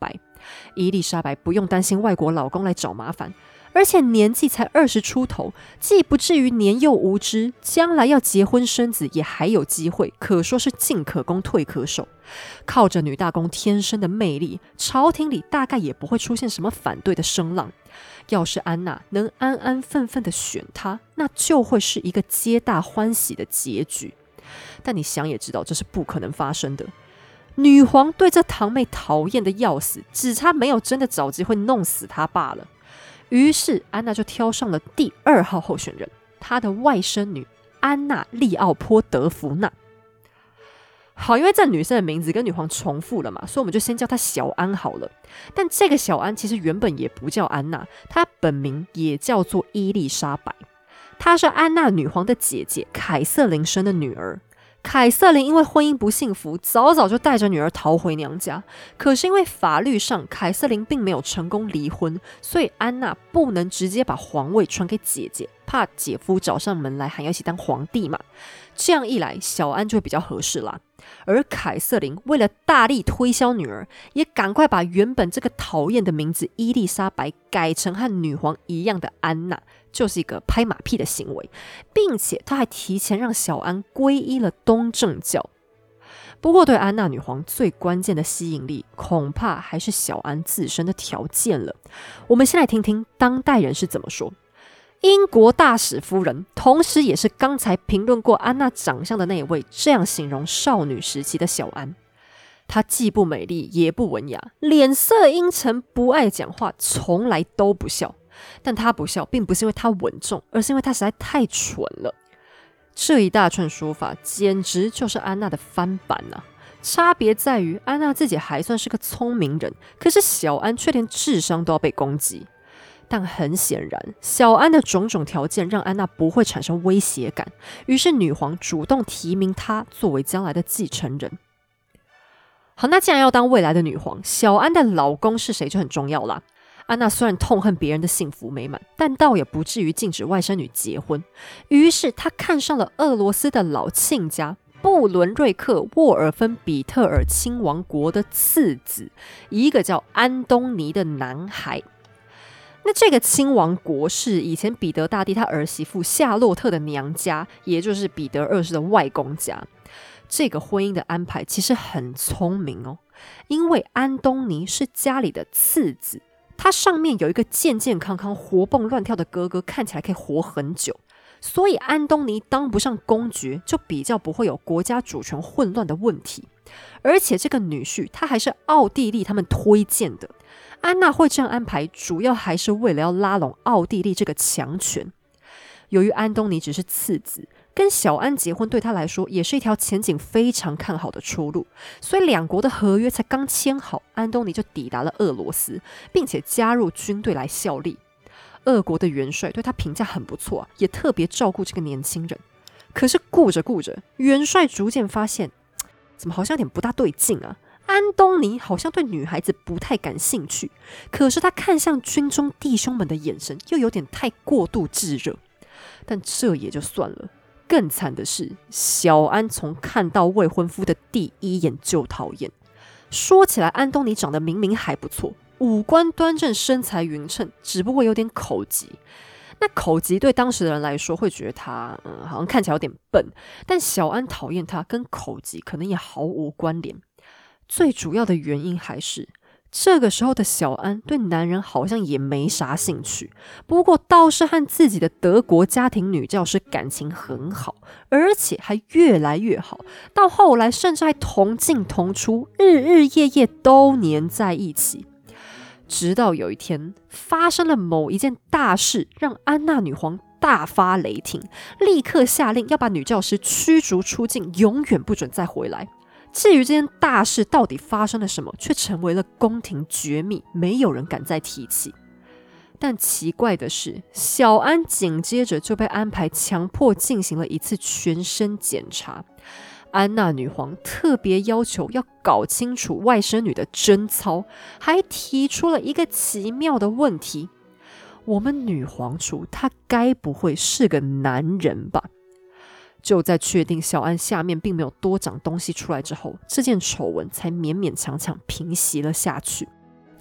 伊丽莎白不用担心外国老公来找麻烦，而且年纪才二十出头，既不至于年幼无知，将来要结婚生子也还有机会，可说是进可攻退可守。靠着女大公天生的魅力，朝廷里大概也不会出现什么反对的声浪。要是安娜能安安分分的选她，那就会是一个皆大欢喜的结局。但你想也知道，这是不可能发生的。女皇对这堂妹讨厌的要死，只差没有真的找机会弄死她罢了。于是安娜就挑上了第二号候选人，她的外甥女安娜·利奥波德弗娜。好，因为这女生的名字跟女皇重复了嘛，所以我们就先叫她小安好了。但这个小安其实原本也不叫安娜，她本名也叫做伊丽莎白。她是安娜女皇的姐姐凯瑟琳生的女儿。凯瑟琳因为婚姻不幸福，早早就带着女儿逃回娘家。可是因为法律上凯瑟琳并没有成功离婚，所以安娜不能直接把皇位传给姐姐，怕姐夫找上门来还要一起当皇帝嘛。这样一来，小安就会比较合适啦。而凯瑟琳为了大力推销女儿，也赶快把原本这个讨厌的名字伊丽莎白改成和女皇一样的安娜，就是一个拍马屁的行为，并且她还提前让小安皈依了东正教。不过对安娜女皇最关键的吸引力，恐怕还是小安自身的条件了。我们先来听听当代人是怎么说。英国大使夫人，同时也是刚才评论过安娜长相的那一位，这样形容少女时期的小安：她既不美丽也不文雅，脸色阴沉，不爱讲话，从来都不笑。但她不笑并不是因为她稳重，而是因为她实在太蠢了。这一大串说法简直就是安娜的翻版啊！差别在于安娜自己还算是个聪明人，可是小安却连智商都要被攻击。但很显然，小安的种种条件让安娜不会产生威胁感，于是女皇主动提名她作为将来的继承人。好，那既然要当未来的女皇，小安的老公是谁就很重要啦。安娜虽然痛恨别人的幸福美满，但倒也不至于禁止外甥女结婚。于是她看上了俄罗斯的老亲家布伦瑞克沃尔芬比特尔亲王国的次子，一个叫安东尼的男孩。那这个亲王国是以前彼得大帝他儿媳妇夏洛特的娘家，也就是彼得二世的外公家。这个婚姻的安排其实很聪明哦，因为安东尼是家里的次子，他上面有一个健健康康、活蹦乱跳的哥哥，看起来可以活很久，所以安东尼当不上公爵，就比较不会有国家主权混乱的问题。而且这个女婿他还是奥地利他们推荐的。安娜会这样安排，主要还是为了要拉拢奥地利这个强权。由于安东尼只是次子，跟小安结婚对他来说也是一条前景非常看好的出路，所以两国的合约才刚签好，安东尼就抵达了俄罗斯，并且加入军队来效力。俄国的元帅对他评价很不错，也特别照顾这个年轻人。可是顾着顾着，元帅逐渐发现，怎么好像有点不大对劲啊？安东尼好像对女孩子不太感兴趣，可是他看向军中弟兄们的眼神又有点太过度炙热。但这也就算了，更惨的是，小安从看到未婚夫的第一眼就讨厌。说起来，安东尼长得明明还不错，五官端正，身材匀称，只不过有点口疾。那口疾对当时的人来说会觉得他、嗯、好像看起来有点笨，但小安讨厌他跟口疾可能也毫无关联。最主要的原因还是这个时候的小安对男人好像也没啥兴趣，不过倒是和自己的德国家庭女教师感情很好，而且还越来越好，到后来甚至还同进同出，日日夜夜都黏在一起。直到有一天发生了某一件大事，让安娜女皇大发雷霆，立刻下令要把女教师驱逐出境，永远不准再回来。至于这件大事到底发生了什么，却成为了宫廷绝密，没有人敢再提起。但奇怪的是，小安紧接着就被安排强迫进行了一次全身检查。安娜女皇特别要求要搞清楚外甥女的贞操，还提出了一个奇妙的问题：我们女皇储她该不会是个男人吧？就在确定小安下面并没有多长东西出来之后，这件丑闻才勉勉强强平息了下去。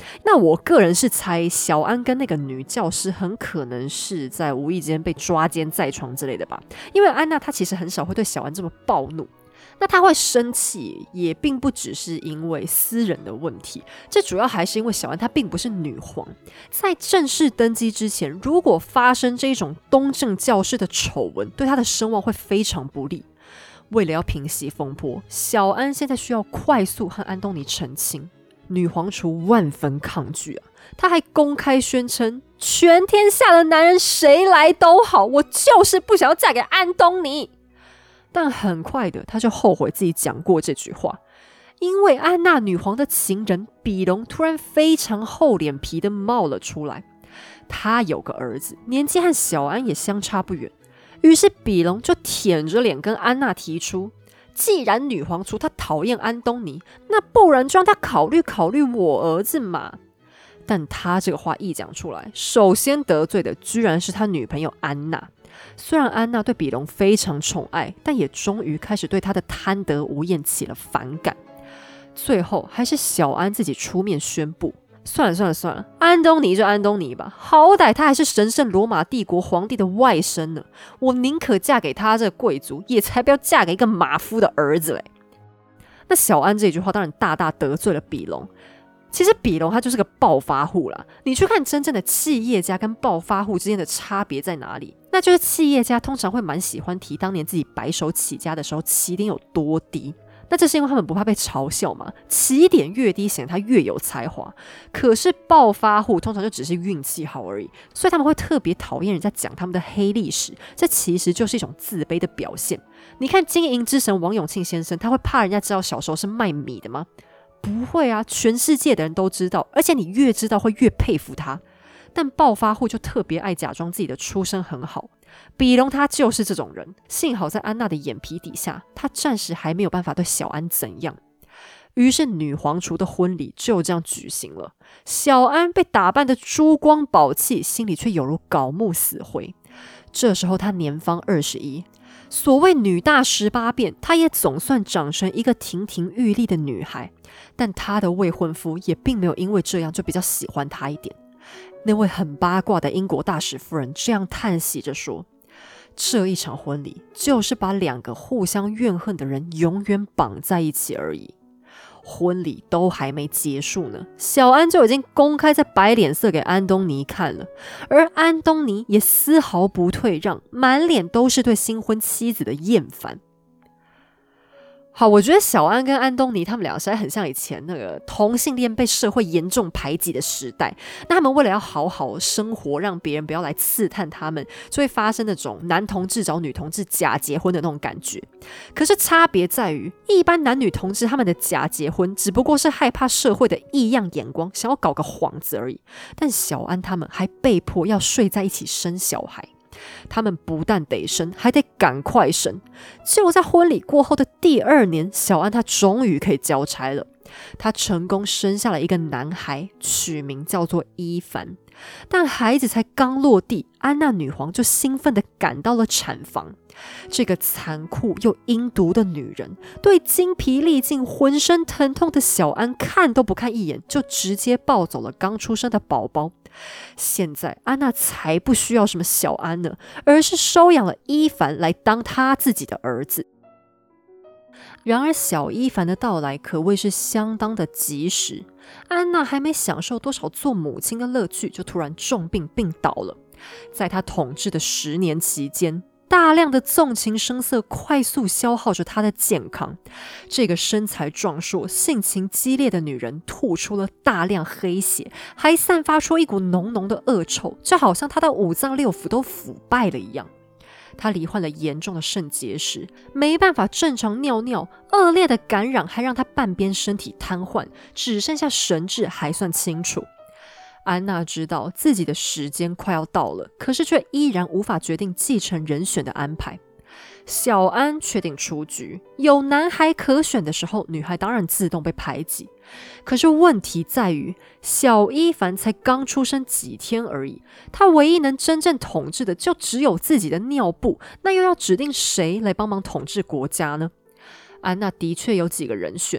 那我个人是猜小安跟那个女教师很可能是在无意间被抓奸在床之类的吧，因为安娜她其实很少会对小安这么暴怒。那她会生气也并不只是因为私人的问题，这主要还是因为小安她并不是女皇，在正式登基之前，如果发生这种东正教式的丑闻，对她的声望会非常不利。为了要平息风波，小安现在需要快速和安东尼澄清。女皇储万分抗拒啊，她还公开宣称，全天下的男人谁来都好，我就是不想要嫁给安东尼。但很快的，她就后悔自己讲过这句话，因为安娜女皇的情人比隆突然非常厚脸皮的冒了出来。他有个儿子，年纪和小安也相差不远，于是比隆就舔着脸跟安娜提出，既然女皇储她讨厌安东尼，那不然就让她考虑考虑我儿子嘛。但他这个话一讲出来，首先得罪的居然是他女朋友安娜。虽然安娜对比隆非常宠爱，但也终于开始对他的贪得无厌起了反感。最后还是小安自己出面宣布，算了算了算了，安东尼就安东尼吧，好歹他还是神圣罗马帝国皇帝的外甥呢，我宁可嫁给他这个贵族，也才不要嫁给一个马夫的儿子嘞。那小安这句话当然大大得罪了比隆。其实比隆他就是个暴发户啦，你去看真正的企业家跟暴发户之间的差别在哪里？那就是企业家通常会蛮喜欢提当年自己白手起家的时候起点有多低，那这是因为他们不怕被嘲笑嘛，起点越低显得他越有才华。可是暴发户通常就只是运气好而已，所以他们会特别讨厌人家讲他们的黑历史，这其实就是一种自卑的表现。你看经营之神王永庆先生，他会怕人家知道小时候是卖米的吗？不会啊，全世界的人都知道，而且你越知道会越佩服他。但暴发户就特别爱假装自己的出身很好，比隆他就是这种人。幸好在安娜的眼皮底下，他暂时还没有办法对小安怎样。于是女皇储的婚礼就这样举行了，小安被打扮得珠光宝气，心里却有如槁木死灰。这时候她年方二十一，所谓女大十八变，她也总算长成一个亭亭玉立的女孩。但她的未婚夫也并没有因为这样就比较喜欢她一点。那位很八卦的英国大使夫人这样叹息着说，这一场婚礼就是把两个互相怨恨的人永远绑在一起而已。婚礼都还没结束呢，小安就已经公开在摆脸色给安东尼看了，而安东尼也丝毫不退让，满脸都是对新婚妻子的厌烦。好，我觉得小安跟安东尼他们俩实在很像以前那个同性恋被社会严重排挤的时代。那他们为了要好好生活，让别人不要来刺探他们，就会发生那种男同志找女同志假结婚的那种感觉。可是差别在于，一般男女同志他们的假结婚只不过是害怕社会的异样眼光，想要搞个幌子而已。但小安他们还被迫要睡在一起生小孩。他们不但得生，还得赶快生。就在婚礼过后的第二年，小安她终于可以交差了。她成功生下了一个男孩，取名叫做伊凡。但孩子才刚落地，安娜女皇就兴奋地赶到了产房。这个残酷又阴毒的女人，对精疲力尽、浑身疼痛的小安看都不看一眼，就直接抱走了刚出生的宝宝。现在安娜才不需要什么小安呢，而是收养了伊凡来当她自己的儿子。然而小伊凡的到来可谓是相当的及时，安娜还没享受多少做母亲的乐趣，就突然重病病倒了。在她统治的十年期间，大量的纵情声色快速消耗着她的健康。这个身材壮硕、性情激烈的女人吐出了大量黑血，还散发出一股浓浓的恶臭，就好像她的五脏六腑都腐败了一样。她罹患了严重的肾结石，没办法正常尿尿，恶劣的感染还让她半边身体瘫痪，只剩下神志还算清楚。安娜知道自己的时间快要到了，可是却依然无法决定继承人选的安排。小安确定出局，有男孩可选的时候，女孩当然自动被排挤。可是问题在于，小伊凡才刚出生几天而已，他唯一能真正统治的就只有自己的尿布，那又要指定谁来帮忙统治国家呢？安娜的确有几个人选，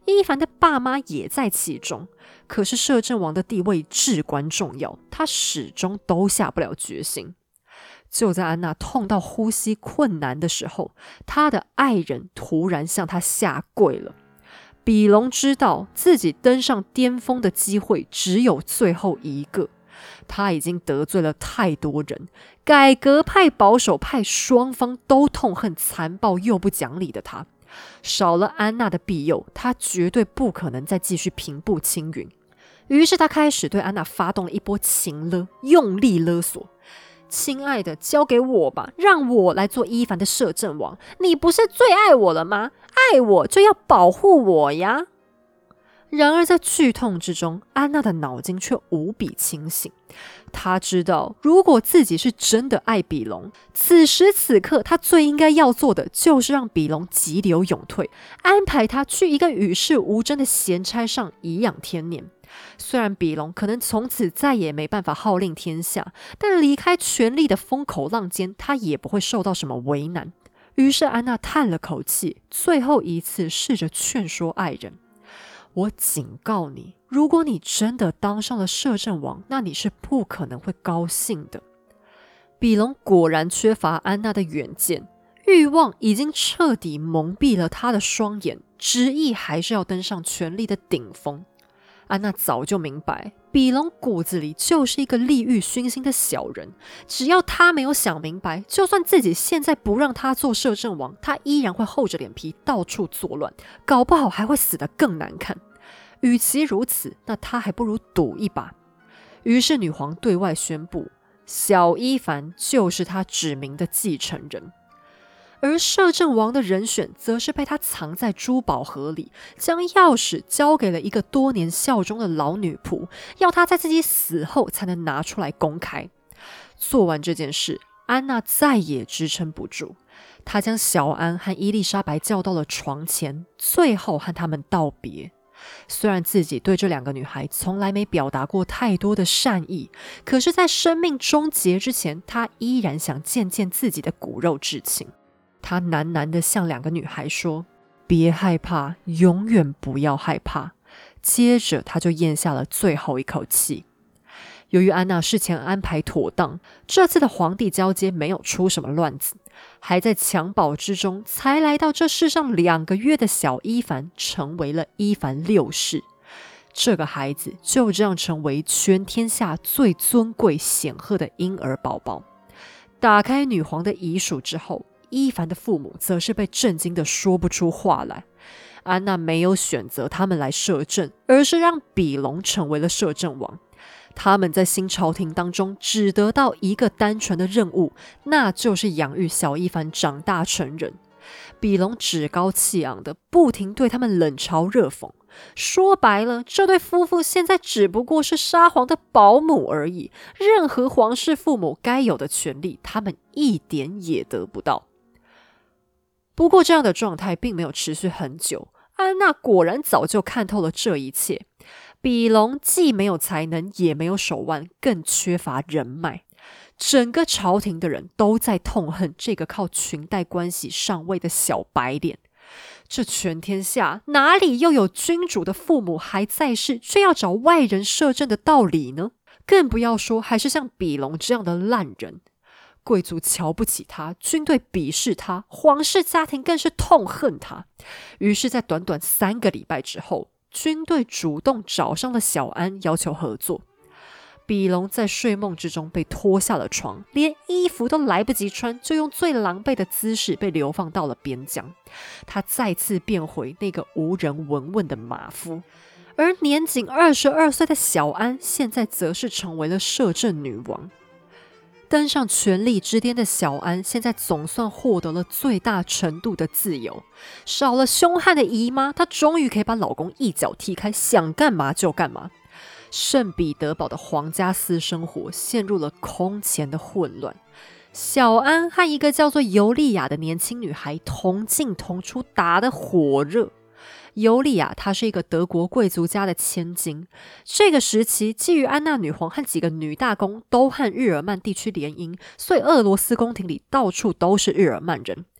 伊凡的爸妈也在其中。可是摄政王的地位至关重要，他始终都下不了决心。就在安娜痛到呼吸困难的时候，她的爱人突然向她下跪了。比隆知道自己登上巅峰的机会只有最后一个，他已经得罪了太多人，改革派、保守派双方都痛恨残暴又不讲理的他。少了安娜的庇佑，他绝对不可能再继续平步青云。于是他开始对安娜发动了一波情勒，用力勒索。亲爱的，交给我吧，让我来做伊凡的摄政王。你不是最爱我了吗？爱我就要保护我呀。然而在剧痛之中，安娜的脑筋却无比清醒。她知道，如果自己是真的爱比隆，此时此刻她最应该要做的就是让比隆急流勇退，安排他去一个与世无争的闲差上颐养天年。虽然比隆可能从此再也没办法号令天下，但离开权力的风口浪尖，他也不会受到什么为难。于是安娜叹了口气，最后一次试着劝说爱人：我警告你，如果你真的当上了摄政王，那你是不可能会高兴的。比隆果然缺乏安娜的远见，欲望已经彻底蒙蔽了他的双眼，执意还是要登上权力的顶峰。安娜早就明白，比隆骨子里就是一个利欲熏心的小人，只要他没有想明白，就算自己现在不让他做摄政王，他依然会厚着脸皮到处作乱，搞不好还会死得更难看。与其如此，那他还不如赌一把。于是女皇对外宣布，小伊凡就是他指名的继承人。而摄政王的人选则是被他藏在珠宝盒里，将钥匙交给了一个多年效忠的老女仆，要他在自己死后才能拿出来公开。做完这件事，安娜再也支撑不住，她将小安和伊丽莎白叫到了床前，最后和他们道别。虽然自己对这两个女孩从来没表达过太多的善意，可是在生命终结之前，她依然想见见自己的骨肉至亲。他喃喃地向两个女孩说：别害怕，永远不要害怕。接着他就咽下了最后一口气。由于安娜事前安排妥当，这次的皇帝交接没有出什么乱子，还在襁褓之中才来到这世上两个月的小伊凡成为了伊凡六世。这个孩子就这样成为全天下最尊贵显赫的婴儿宝宝。打开女皇的遗属之后，伊凡的父母则是被震惊的说不出话来。安娜没有选择他们来摄政，而是让比隆成为了摄政王。他们在新朝廷当中只得到一个单纯的任务，那就是养育小伊凡长大成人。比隆趾高气昂的不停对他们冷嘲热讽，说白了，这对夫妇现在只不过是沙皇的保姆而已，任何皇室父母该有的权利，他们一点也得不到。不过这样的状态并没有持续很久，安娜果然早就看透了这一切。比隆既没有才能，也没有手腕，更缺乏人脉。整个朝廷的人都在痛恨这个靠裙带关系上位的小白脸。这全天下哪里又有君主的父母还在世，却要找外人摄政的道理呢？更不要说还是像比隆这样的烂人。贵族瞧不起他，军队鄙视他，皇室家庭更是痛恨他。于是在短短三个礼拜之后，军队主动找上了小安，要求合作。比隆在睡梦之中被拖下了床，连衣服都来不及穿，就用最狼狈的姿势被流放到了边疆。他再次变回那个无人闻问的马夫。而年仅二十二岁的小安，现在则是成为了摄政女王。登上权力之巅的小安，现在总算获得了最大程度的自由。少了凶悍的姨妈，她终于可以把老公一脚踢开，想干嘛就干嘛。圣彼得堡的皇家私生活陷入了空前的混乱。小安和一个叫做尤利亚的年轻女孩同进同出，打得火热。尤利亚她是一个德国贵族家的千金，这个时期基于安娜女皇和几个女大公都和日耳曼地区联姻，所以俄罗斯宫廷里到处都是日耳曼人。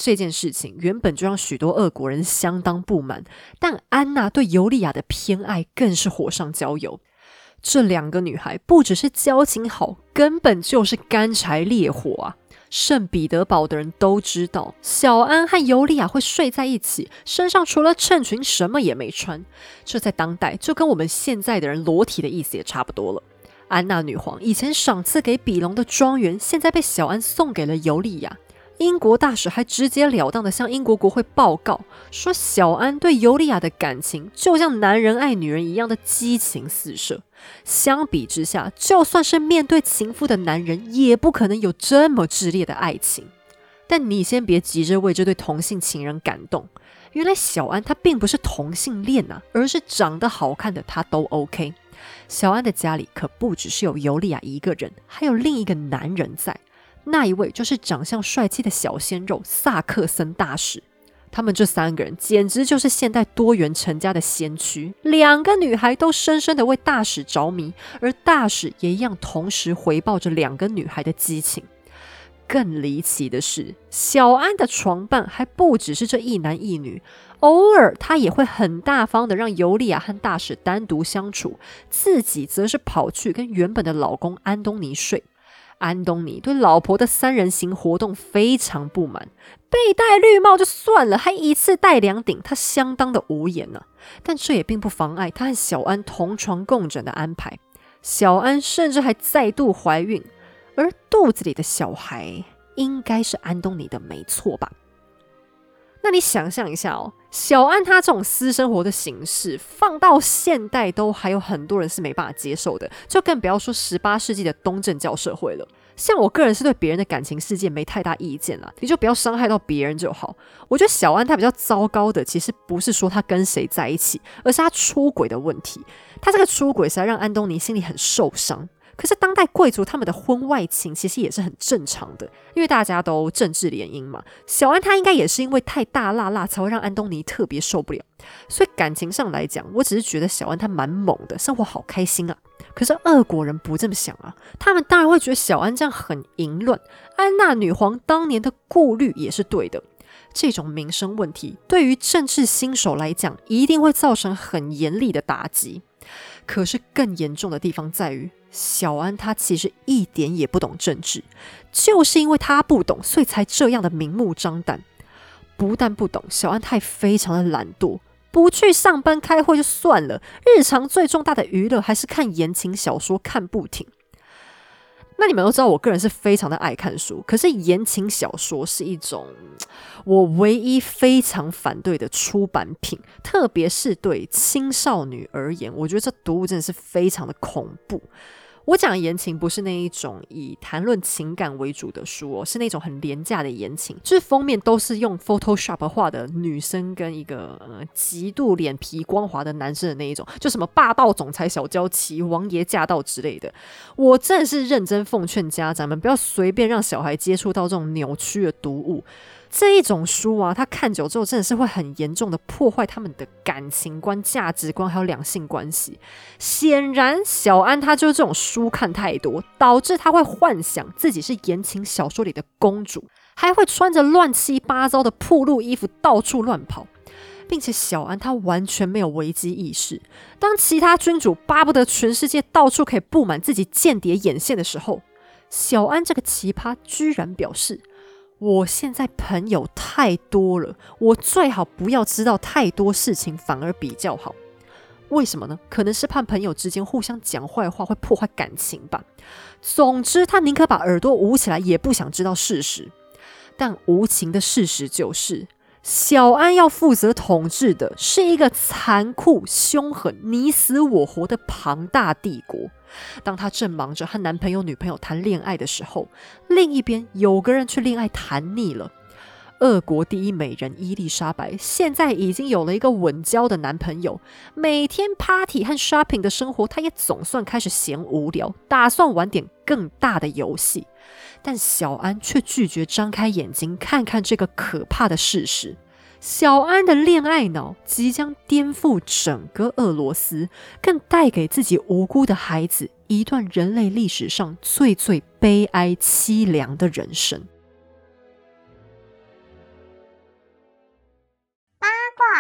这件事情原本就让许多俄国人相当不满，但安娜对尤利亚的偏爱更是火上浇油。这两个女孩不只是交情好，根本就是干柴烈火啊！圣彼得堡的人都知道，小安和尤利亚会睡在一起，身上除了衬裙什么也没穿。这在当代就跟我们现在的人裸体的意思也差不多了。安娜女皇以前赏赐给比隆的庄园，现在被小安送给了尤利亚。英国大使还直截了当地向英国国会报告，说小安对尤利亚的感情就像男人爱女人一样的激情四射。相比之下，就算是面对情妇的男人，也不可能有这么炽烈的爱情。但你先别急着为这对同性情人感动，原来小安他并不是同性恋啊，而是长得好看的他都 OK。小安的家里可不只是有尤利亚一个人，还有另一个男人在。那一位就是长相帅气的小鲜肉萨克森大使。他们这三个人简直就是现代多元成家的先驱，两个女孩都深深的为大使着迷，而大使也一样同时回报着两个女孩的激情。更离奇的是，小安的床伴还不只是这一男一女，偶尔她也会很大方的让尤利亚和大使单独相处，自己则是跑去跟原本的老公安东尼睡。安东尼对老婆的三人行活动非常不满，被戴绿帽就算了，还一次戴两顶，他相当的无言啊。但这也并不妨碍他和小安同床共枕的安排。小安甚至还再度怀孕，而肚子里的小孩应该是安东尼的，没错吧？那你想象一下哦，小安他这种私生活的形式，放到现代都还有很多人是没办法接受的，就更不要说十八世纪的东正教社会了。像我个人是对别人的感情世界没太大意见啦，你就不要伤害到别人就好。我觉得小安他比较糟糕的，其实不是说他跟谁在一起，而是他出轨的问题。他这个出轨实在让安东尼心里很受伤。可是当代贵族他们的婚外情其实也是很正常的，因为大家都政治联姻嘛。小安他应该也是因为太大辣辣才会让安东尼特别受不了，所以感情上来讲，我只是觉得小安他蛮猛的，生活好开心啊。可是俄国人不这么想啊，他们当然会觉得小安这样很淫乱。安娜女皇当年的顾虑也是对的，这种民生问题对于政治新手来讲一定会造成很严厉的打击。可是更严重的地方在于，小安他其实一点也不懂政治，就是因为他不懂，所以才这样的明目张胆。不但不懂，小安他也非常的懒惰，不去上班开会就算了，日常最重大的娱乐还是看言情小说看不停。那你们都知道我个人是非常的爱看书，可是言情小说是一种我唯一非常反对的出版品，特别是对青少女而言，我觉得这读物真的是非常的恐怖。我讲的言情不是那一种以谈论情感为主的书哦，是那种很廉价的言情，就是封面都是用 Photoshop 画的女生跟一个、呃、极度脸皮光滑的男生的那一种，就什么霸道总裁小娇妻、王爷驾到之类的。我真的是认真奉劝家长们不要随便让小孩接触到这种扭曲的读物。这一种书啊，他看久之后真的是会很严重的破坏他们的感情观、价值观还有两性关系。显然小安他就是这种书看太多，导致他会幻想自己是言情小说里的公主，还会穿着乱七八糟的暴露衣服到处乱跑。并且小安他完全没有危机意识，当其他君主巴不得全世界到处可以布满自己间谍眼线的时候，小安这个奇葩居然表示，我现在朋友太多了，我最好不要知道太多事情，反而比较好。为什么呢？可能是怕朋友之间互相讲坏话会破坏感情吧。总之他宁可把耳朵捂起来也不想知道事实。但无情的事实就是，小安要负责统治的是一个残酷、凶狠、你死我活的庞大帝国。当她正忙着和男朋友、女朋友谈恋爱的时候，另一边有个人去恋爱谈腻了。俄国第一美人伊丽莎白现在已经有了一个稳交的男朋友，每天 party 和 shopping 的生活，她也总算开始嫌无聊，打算玩点更大的游戏。但小安却拒绝张开眼睛看看这个可怕的事实。小安的恋爱脑即将颠覆整个俄罗斯，更带给自己无辜的孩子一段人类历史上最最悲哀凄凉的人生。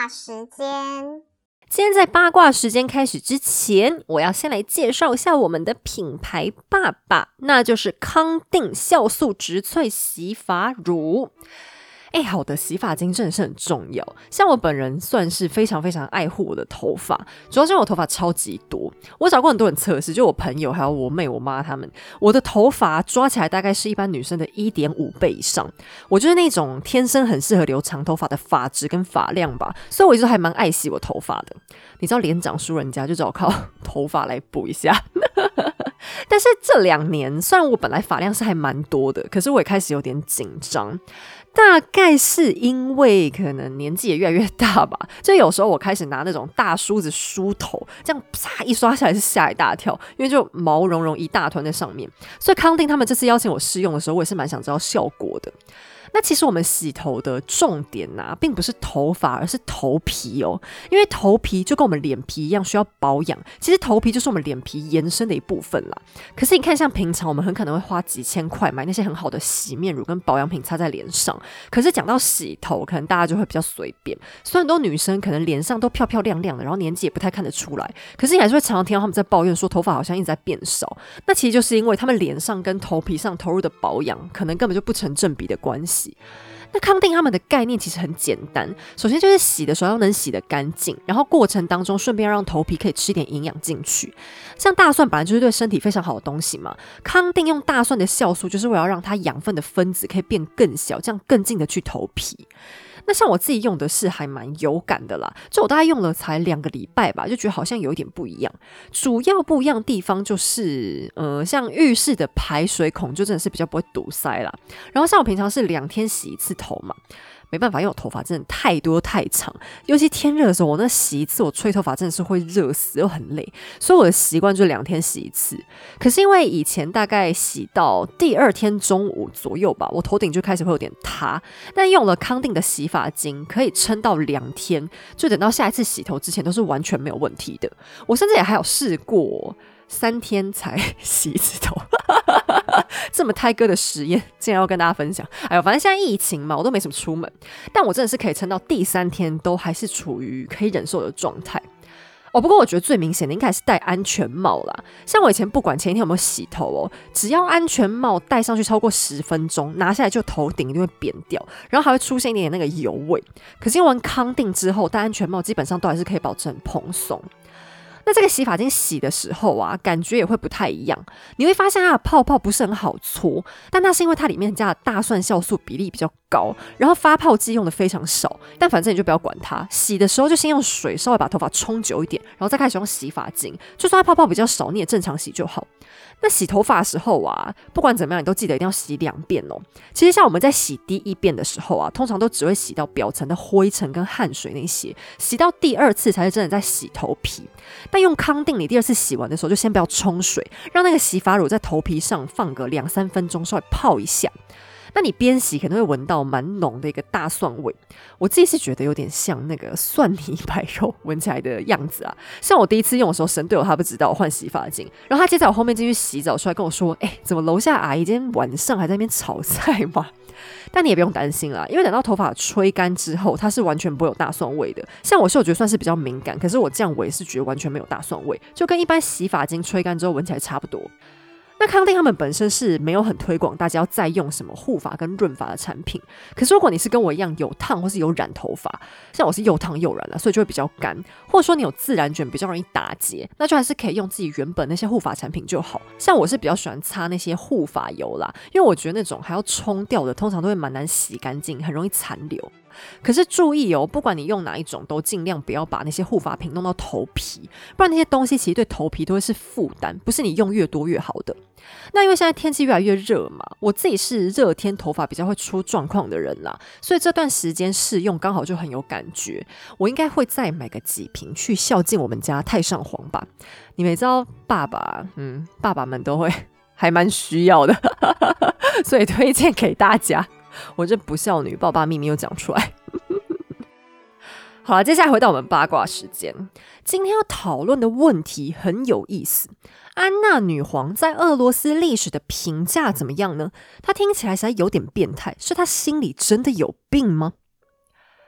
卦时间。 今天在八卦时间开始之前，我要先来介绍一下我们的品牌爸爸，那就是康定酵素植萃洗发乳。哎，好的洗发精真的是很重要。像我本人算是非常非常爱护我的头发，主要是因为我头发超级多。我找过很多人测试，就我朋友还有我妹、我妈他们，我的头发抓起来大概是一般女生的 一点五 倍以上。我就是那种天生很适合留长头发的发质跟发量吧，所以我一直还蛮爱惜我头发的。你知道脸长输人家，就只好靠头发来补一下。但是这两年，虽然我本来发量是还蛮多的，可是我也开始有点紧张。大概是因为可能年纪也越来越大吧，就有时候我开始拿那种大梳子梳头，这样啪一刷下来是吓一大跳，因为就毛茸茸一大团在上面。所以康定他们这次邀请我试用的时候，我也是蛮想知道效果的。那其实我们洗头的重点啊，并不是头发，而是头皮哦。因为头皮就跟我们脸皮一样需要保养，其实头皮就是我们脸皮延伸的一部分啦。可是你看，像平常我们很可能会花几千块买那些很好的洗面乳跟保养品擦在脸上，可是讲到洗头，可能大家就会比较随便。虽然很多女生可能脸上都漂漂亮亮的，然后年纪也不太看得出来，可是你还是会常常听到他们在抱怨说头发好像一直在变少。那其实就是因为他们脸上跟头皮上投入的保养，可能根本就不成正比的关系。那康定他们的概念其实很简单，首先就是洗的时候要能洗得干净，然后过程当中顺便让头皮可以吃一点营养进去。像大蒜本来就是对身体非常好的东西嘛，康定用大蒜的酵素就是为了让它养分的分子可以变更小，这样更进得去头皮。那像我自己用的是还蛮有感的啦，就我大概用了才两个礼拜吧，就觉得好像有一点不一样。主要不一样的地方就是，呃，像浴室的排水孔就真的是比较不会堵塞啦。然后像我平常是两天洗一次头嘛。没办法，因为我头发真的太多太长，尤其天热的时候，我那洗一次，我吹头发真的是会热死又很累，所以我的习惯就是两天洗一次。可是因为以前大概洗到第二天中午左右吧，我头顶就开始会有点塌，但用了康定的洗发精，可以撑到两天，就等到下一次洗头之前都是完全没有问题的。我甚至也还有试过三天才洗一次头。这么胎哥的实验竟然要跟大家分享。哎呦，反正现在疫情嘛，我都没什么出门，但我真的是可以撑到第三天都还是处于可以忍受的状态。哦，不过我觉得最明显的应该是戴安全帽啦。像我以前不管前一天有没有洗头哦，只要安全帽戴上去超过十分钟，拿下来就头顶一定会扁掉，然后还会出现一点点那个油味。可是用完康定之后，戴安全帽基本上都还是可以保证蓬松。那这个洗发精洗的时候啊，感觉也会不太一样。你会发现它的泡泡不是很好搓，但那是因为它里面加的大蒜酵素比例比较高，然后发泡剂用的非常少。但反正你就不要管它，洗的时候就先用水稍微把头发冲久一点，然后再开始用洗发精。就算它泡泡比较少，你也正常洗就好。那洗头发的时候啊，不管怎么样，你都记得一定要洗两遍哦。其实像我们在洗第一遍的时候啊，通常都只会洗到表层的灰尘跟汗水那些，洗到第二次才是真的在洗头皮。但用康定，你第二次洗完的时候就先不要冲水，让那个洗发乳在头皮上放个两三分钟，稍微泡一下。那你边洗可能会闻到蛮浓的一个大蒜味，我自己是觉得有点像那个蒜泥白肉闻起来的样子啊。像我第一次用的时候，神队友他不知道我换洗发精，然后他接在我后面进去洗澡出来跟我说：“哎、欸，怎么楼下阿姨今天晚上还在那边炒菜吗？”但你也不用担心啦，因为等到头发吹干之后，它是完全不会有大蒜味的。像我嗅觉算是比较敏感，可是我这样我也是觉得完全没有大蒜味，就跟一般洗发精吹干之后闻起来差不多。那康定他们本身是没有很推广大家要再用什么护发跟润发的产品，可是如果你是跟我一样有烫或是有染头发，像我是又烫又染了，所以就会比较干，或者说你有自然卷比较容易打结，那就还是可以用自己原本那些护发产品就好。像我是比较喜欢擦那些护发油啦，因为我觉得那种还要冲掉的通常都会蛮难洗干净，很容易残留。可是注意哦，不管你用哪一种，都尽量不要把那些护发品弄到头皮，不然那些东西其实对头皮都会是负担，不是你用越多越好的。那因为现在天气越来越热嘛，我自己是热天头发比较会出状况的人啦，所以这段时间试用刚好就很有感觉。我应该会再买个几瓶去孝敬我们家太上皇吧。你们也知道爸爸，嗯，爸爸们都会还蛮需要的，所以推荐给大家。我这不孝女，爸爸秘密又讲出来。好了，接下来回到我们八卦时间。今天要讨论的问题很有意思。安娜女皇在俄罗斯历史的评价怎么样呢？她听起来实在有点变态，是她心里真的有病吗？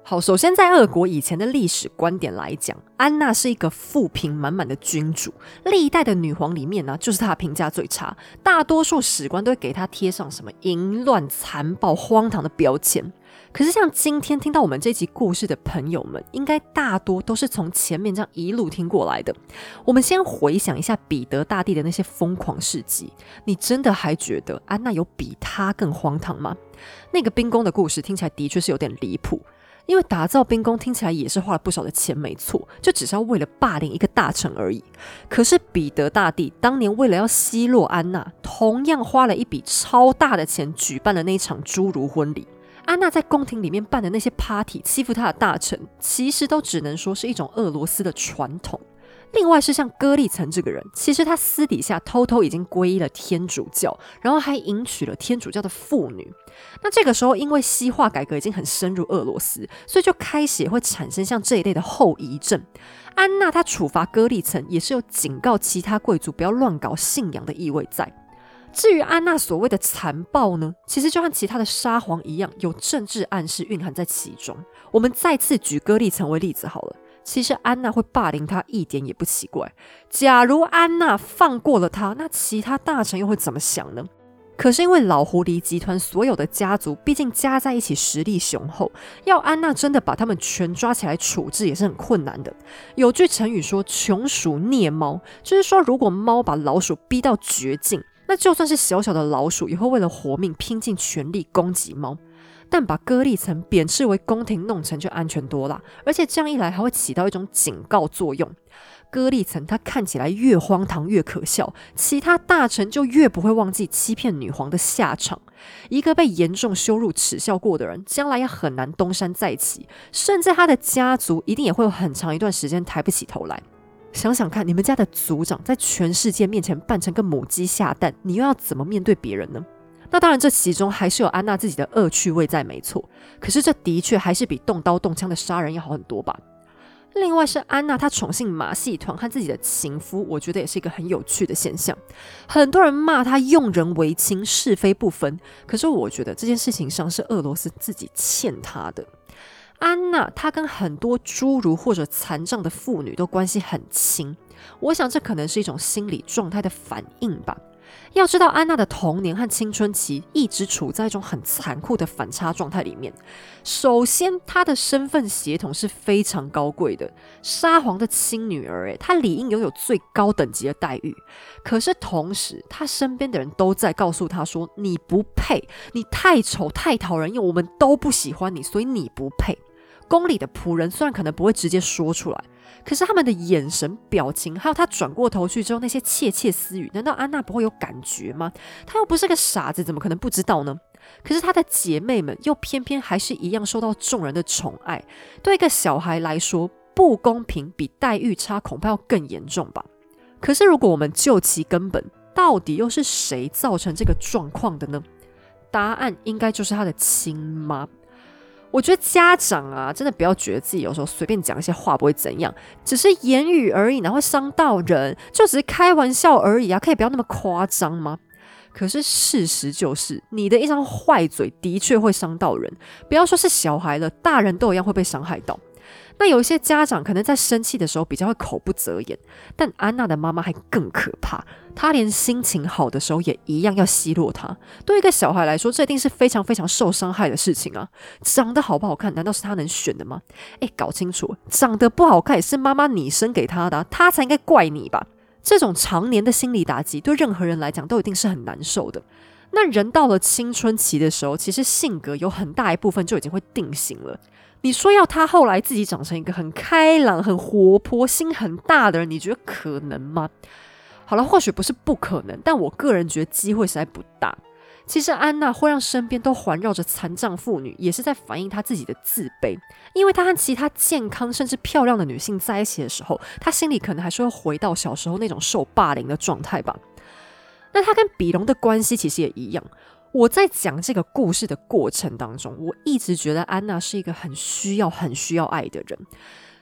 好，首先在俄国以前的历史观点来讲，安娜是一个负评满满的君主，历代的女皇里面呢、啊，就是她的评价最差，大多数史官都会给她贴上什么淫乱、残暴、荒唐的标签。可是像今天听到我们这集故事的朋友们，应该大多都是从前面这样一路听过来的。我们先回想一下彼得大帝的那些疯狂事迹，你真的还觉得安娜有比他更荒唐吗？那个冰宫的故事听起来的确是有点离谱，因为打造冰宫听起来也是花了不少的钱没错，就只是要为了霸凌一个大臣而已。可是彼得大帝当年为了要奚落安娜，同样花了一笔超大的钱举办了那一场侏儒婚礼。安娜在宫廷里面办的那些 party 欺负她的大臣，其实都只能说是一种俄罗斯的传统。另外是像歌利岑这个人，其实他私底下偷偷已经皈依了天主教，然后还迎娶了天主教的妇女。那这个时候因为西化改革已经很深入俄罗斯，所以就开始也会产生像这一类的后遗症。安娜她处罚歌利岑也是有警告其他贵族不要乱搞信仰的意味在。至于安娜所谓的残暴呢，其实就和其他的沙皇一样，有政治暗示蕴含在其中。我们再次举歌利岑为例子好了，其实安娜会霸凌他一点也不奇怪。假如安娜放过了他，那其他大臣又会怎么想呢？可是因为老狐狸集团所有的家族毕竟加在一起实力雄厚，要安娜真的把他们全抓起来处置也是很困难的。有句成语说穷鼠啮猫，就是说如果猫把老鼠逼到绝境，那就算是小小的老鼠也会为了活命拼尽全力攻击猫。但把歌利岑贬斥为宫廷弄臣就安全多啦，而且这样一来还会起到一种警告作用。歌利岑他看起来越荒唐越可笑，其他大臣就越不会忘记欺骗女皇的下场。一个被严重羞辱耻笑过的人，将来也很难东山再起，甚至他的家族一定也会有很长一段时间抬不起头来。想想看，你们家的族长在全世界面前扮成个母鸡下蛋，你又要怎么面对别人呢？那当然这其中还是有安娜自己的恶趣味在没错，可是这的确还是比动刀动枪的杀人要好很多吧。另外是安娜她宠幸马戏团和自己的情夫，我觉得也是一个很有趣的现象。很多人骂她用人唯亲，是非不分，可是我觉得这件事情上是俄罗斯自己欠她的。安娜她跟很多侏儒或者残障的妇女都关系很亲，我想这可能是一种心理状态的反应吧。要知道安娜的童年和青春期一直处在一种很残酷的反差状态里面。首先她的身份血统是非常高贵的，沙皇的亲女儿，她理应拥有最高等级的待遇。可是同时她身边的人都在告诉她说，你不配，你太丑太讨人厌，我们都不喜欢你，所以你不配。宫里的仆人虽然可能不会直接说出来，可是他们的眼神表情还有他转过头去之后那些窃窃私语，难道安娜不会有感觉吗？她又不是个傻子，怎么可能不知道呢？可是她的姐妹们又偏偏还是一样受到众人的宠爱。对一个小孩来说，不公平比待遇差恐怕要更严重吧。可是如果我们究其根本，到底又是谁造成这个状况的呢？答案应该就是她的亲妈。我觉得家长啊，真的不要觉得自己有时候随便讲一些话不会怎样，只是言语而已，哪会伤到人？就只是开玩笑而已啊，可以不要那么夸张吗？可是事实就是，你的一张坏嘴的确会伤到人，不要说是小孩了，大人都一样会被伤害到。那有一些家长可能在生气的时候比较会口不择言，但安娜的妈妈还更可怕，她连心情好的时候也一样要奚落她。对一个小孩来说，这一定是非常非常受伤害的事情啊！长得好不好看，难道是他能选的吗？哎，搞清楚，长得不好看也是妈妈你生给他的啊，他才应该怪你吧？这种常年的心理打击，对任何人来讲都一定是很难受的。那人到了青春期的时候，其实性格有很大一部分就已经会定型了。你说要他后来自己长成一个很开朗、很活泼、心很大的人，你觉得可能吗？好了，或许不是不可能，但我个人觉得机会实在不大。其实安娜会让身边都环绕着残障妇女，也是在反映她自己的自卑，因为她和其他健康甚至漂亮的女性在一起的时候，她心里可能还是会回到小时候那种受霸凌的状态吧。那她跟比隆的关系其实也一样。我在讲这个故事的过程当中，我一直觉得安娜是一个很需要、很需要爱的人。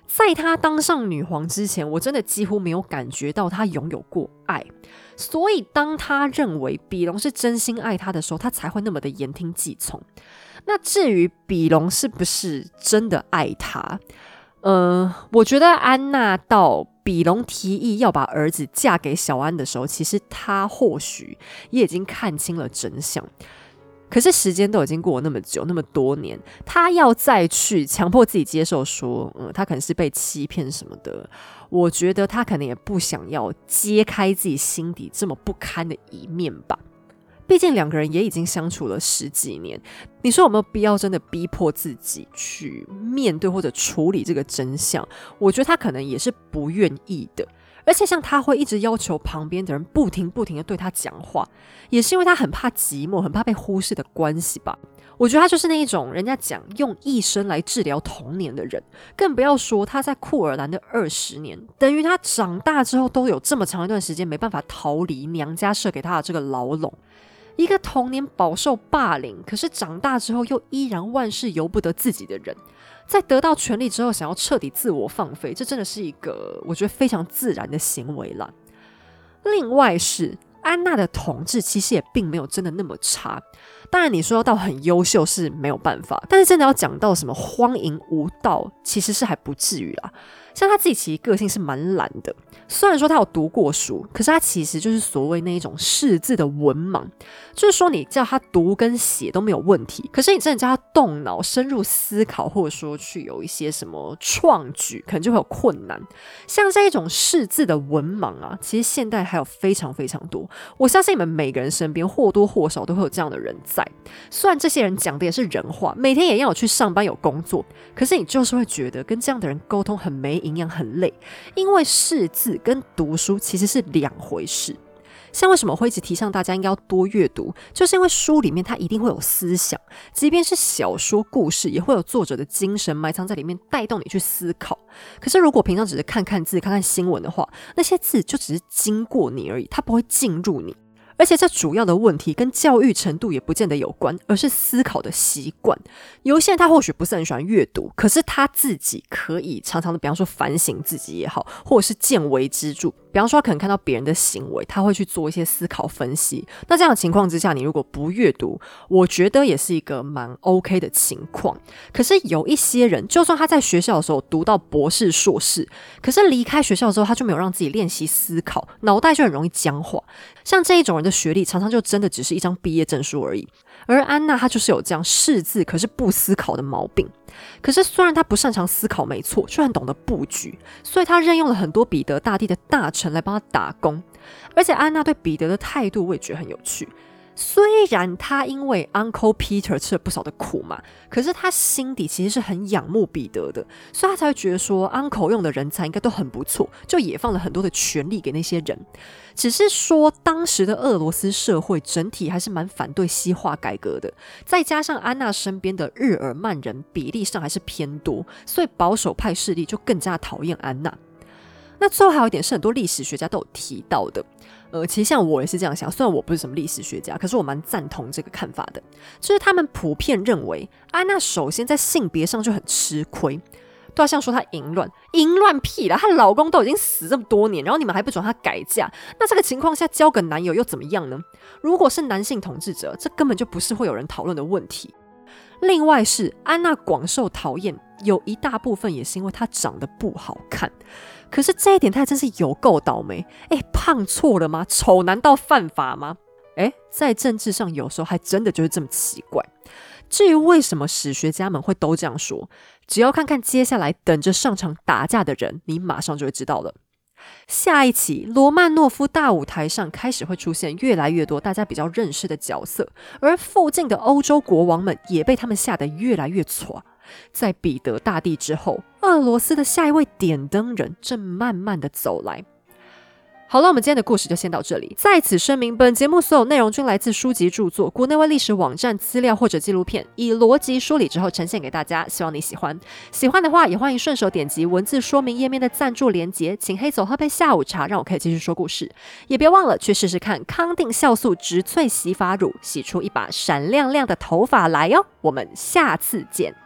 在她当上女皇之前，我真的几乎没有感觉到她拥有过爱，所以当她认为比隆是真心爱她的时候，她才会那么的言听计从。那至于比隆是不是真的爱她，呃，我觉得安娜到比隆提议要把儿子嫁给小安的时候，其实她或许也已经看清了真相。可是时间都已经过了那么久那么多年，他要再去强迫自己接受说嗯，他可能是被欺骗什么的，我觉得他可能也不想要揭开自己心底这么不堪的一面吧。毕竟两个人也已经相处了十几年，你说有没有必要真的逼迫自己去面对或者处理这个真相？我觉得他可能也是不愿意的。而且像他会一直要求旁边的人不停不停的对他讲话，也是因为他很怕寂寞，很怕被忽视的关系吧。我觉得他就是那一种人家讲用一生来治疗童年的人，更不要说他在库尔兰的二十年，等于他长大之后都有这么长一段时间没办法逃离娘家设给他的这个牢笼。一个童年饱受霸凌，可是长大之后又依然万事由不得自己的人，在得到权力之后想要彻底自我放飞，这真的是一个我觉得非常自然的行为啦。另外是安娜的统治其实也并没有真的那么差，当然你说要到很优秀是没有办法，但是真的要讲到什么荒淫无道，其实是还不至于啦。像他自己其实个性是蛮懒的，虽然说他有读过书，可是他其实就是所谓那一种识字的文盲，就是说你叫他读跟写都没有问题，可是你真的叫他动脑深入思考，或者说去有一些什么创举，可能就会有困难。像这一种识字的文盲啊，其实现代还有非常非常多，我相信你们每个人身边或多或少都会有这样的人在。虽然这些人讲的也是人话，每天也要有去上班有工作，可是你就是会觉得跟这样的人沟通很没营养很累，因为识字跟读书其实是两回事。像为什么会一直提倡大家应该要多阅读，就是因为书里面它一定会有思想，即便是小说故事也会有作者的精神埋藏在里面，带动你去思考。可是如果平常只是看看字看看新闻的话，那些字就只是经过你而已，它不会进入你。而且这主要的问题跟教育程度也不见得有关，而是思考的习惯。有些人他或许不是很喜欢阅读，可是他自己可以常常的比方说反省自己也好，或者是见微知著，比方说他可能看到别人的行为，他会去做一些思考分析。那这样的情况之下，你如果不阅读，我觉得也是一个蛮 OK 的情况。可是有一些人，就算他在学校的时候读到博士硕士，可是离开学校之后他就没有让自己练习思考，脑袋就很容易僵化。像这一种人的学历常常就真的只是一张毕业证书而已。而安娜她就是有这样识字可是不思考的毛病。可是虽然她不擅长思考没错，却很懂得布局，所以她任用了很多彼得大帝的大臣来帮她打工。而且安娜对彼得的态度我也觉得很有趣，虽然他因为 Uncle Peter 吃了不少的苦嘛，可是他心底其实是很仰慕彼得的，所以他才会觉得说 Uncle 用的人才应该都很不错，就也放了很多的权力给那些人。只是说当时的俄罗斯社会整体还是蛮反对西化改革的，再加上安娜身边的日耳曼人比例上还是偏多，所以保守派势力就更加讨厌安娜。那最后还有一点是很多历史学家都有提到的，呃，其实像我也是这样想，虽然我不是什么历史学家，可是我蛮赞同这个看法的，就是他们普遍认为安娜首先在性别上就很吃亏。对啊，像说她淫乱，淫乱屁啦！她老公都已经死这么多年，然后你们还不准她改嫁，那这个情况下交个男友又怎么样呢？如果是男性统治者，这根本就不是会有人讨论的问题。另外是安娜广受讨厌，有一大部分也是因为她长得不好看。可是这一点她真是有够倒霉，哎，胖错了吗？丑难道犯法吗？哎，在政治上有时候还真的就是这么奇怪。至于为什么史学家们会都这样说，只要看看接下来等着上场打架的人，你马上就会知道了。下一期罗曼诺夫大舞台上开始会出现越来越多大家比较认识的角色，而附近的欧洲国王们也被他们吓得越来越挫。在彼得大帝之后，俄罗斯的下一位点灯人正慢慢的走来。好了，我们今天的故事就先到这里。在此声明，本节目所有内容均来自书籍著作、国内外历史网站资料或者纪录片，以逻辑梳理之后呈现给大家，希望你喜欢。喜欢的话，也欢迎顺手点击文字说明页面的赞助连结，请黑走喝杯下午茶，让我可以继续说故事。也别忘了去试试看康定酵素植萃洗发乳，洗出一把闪亮亮的头发来哦。我们下次见。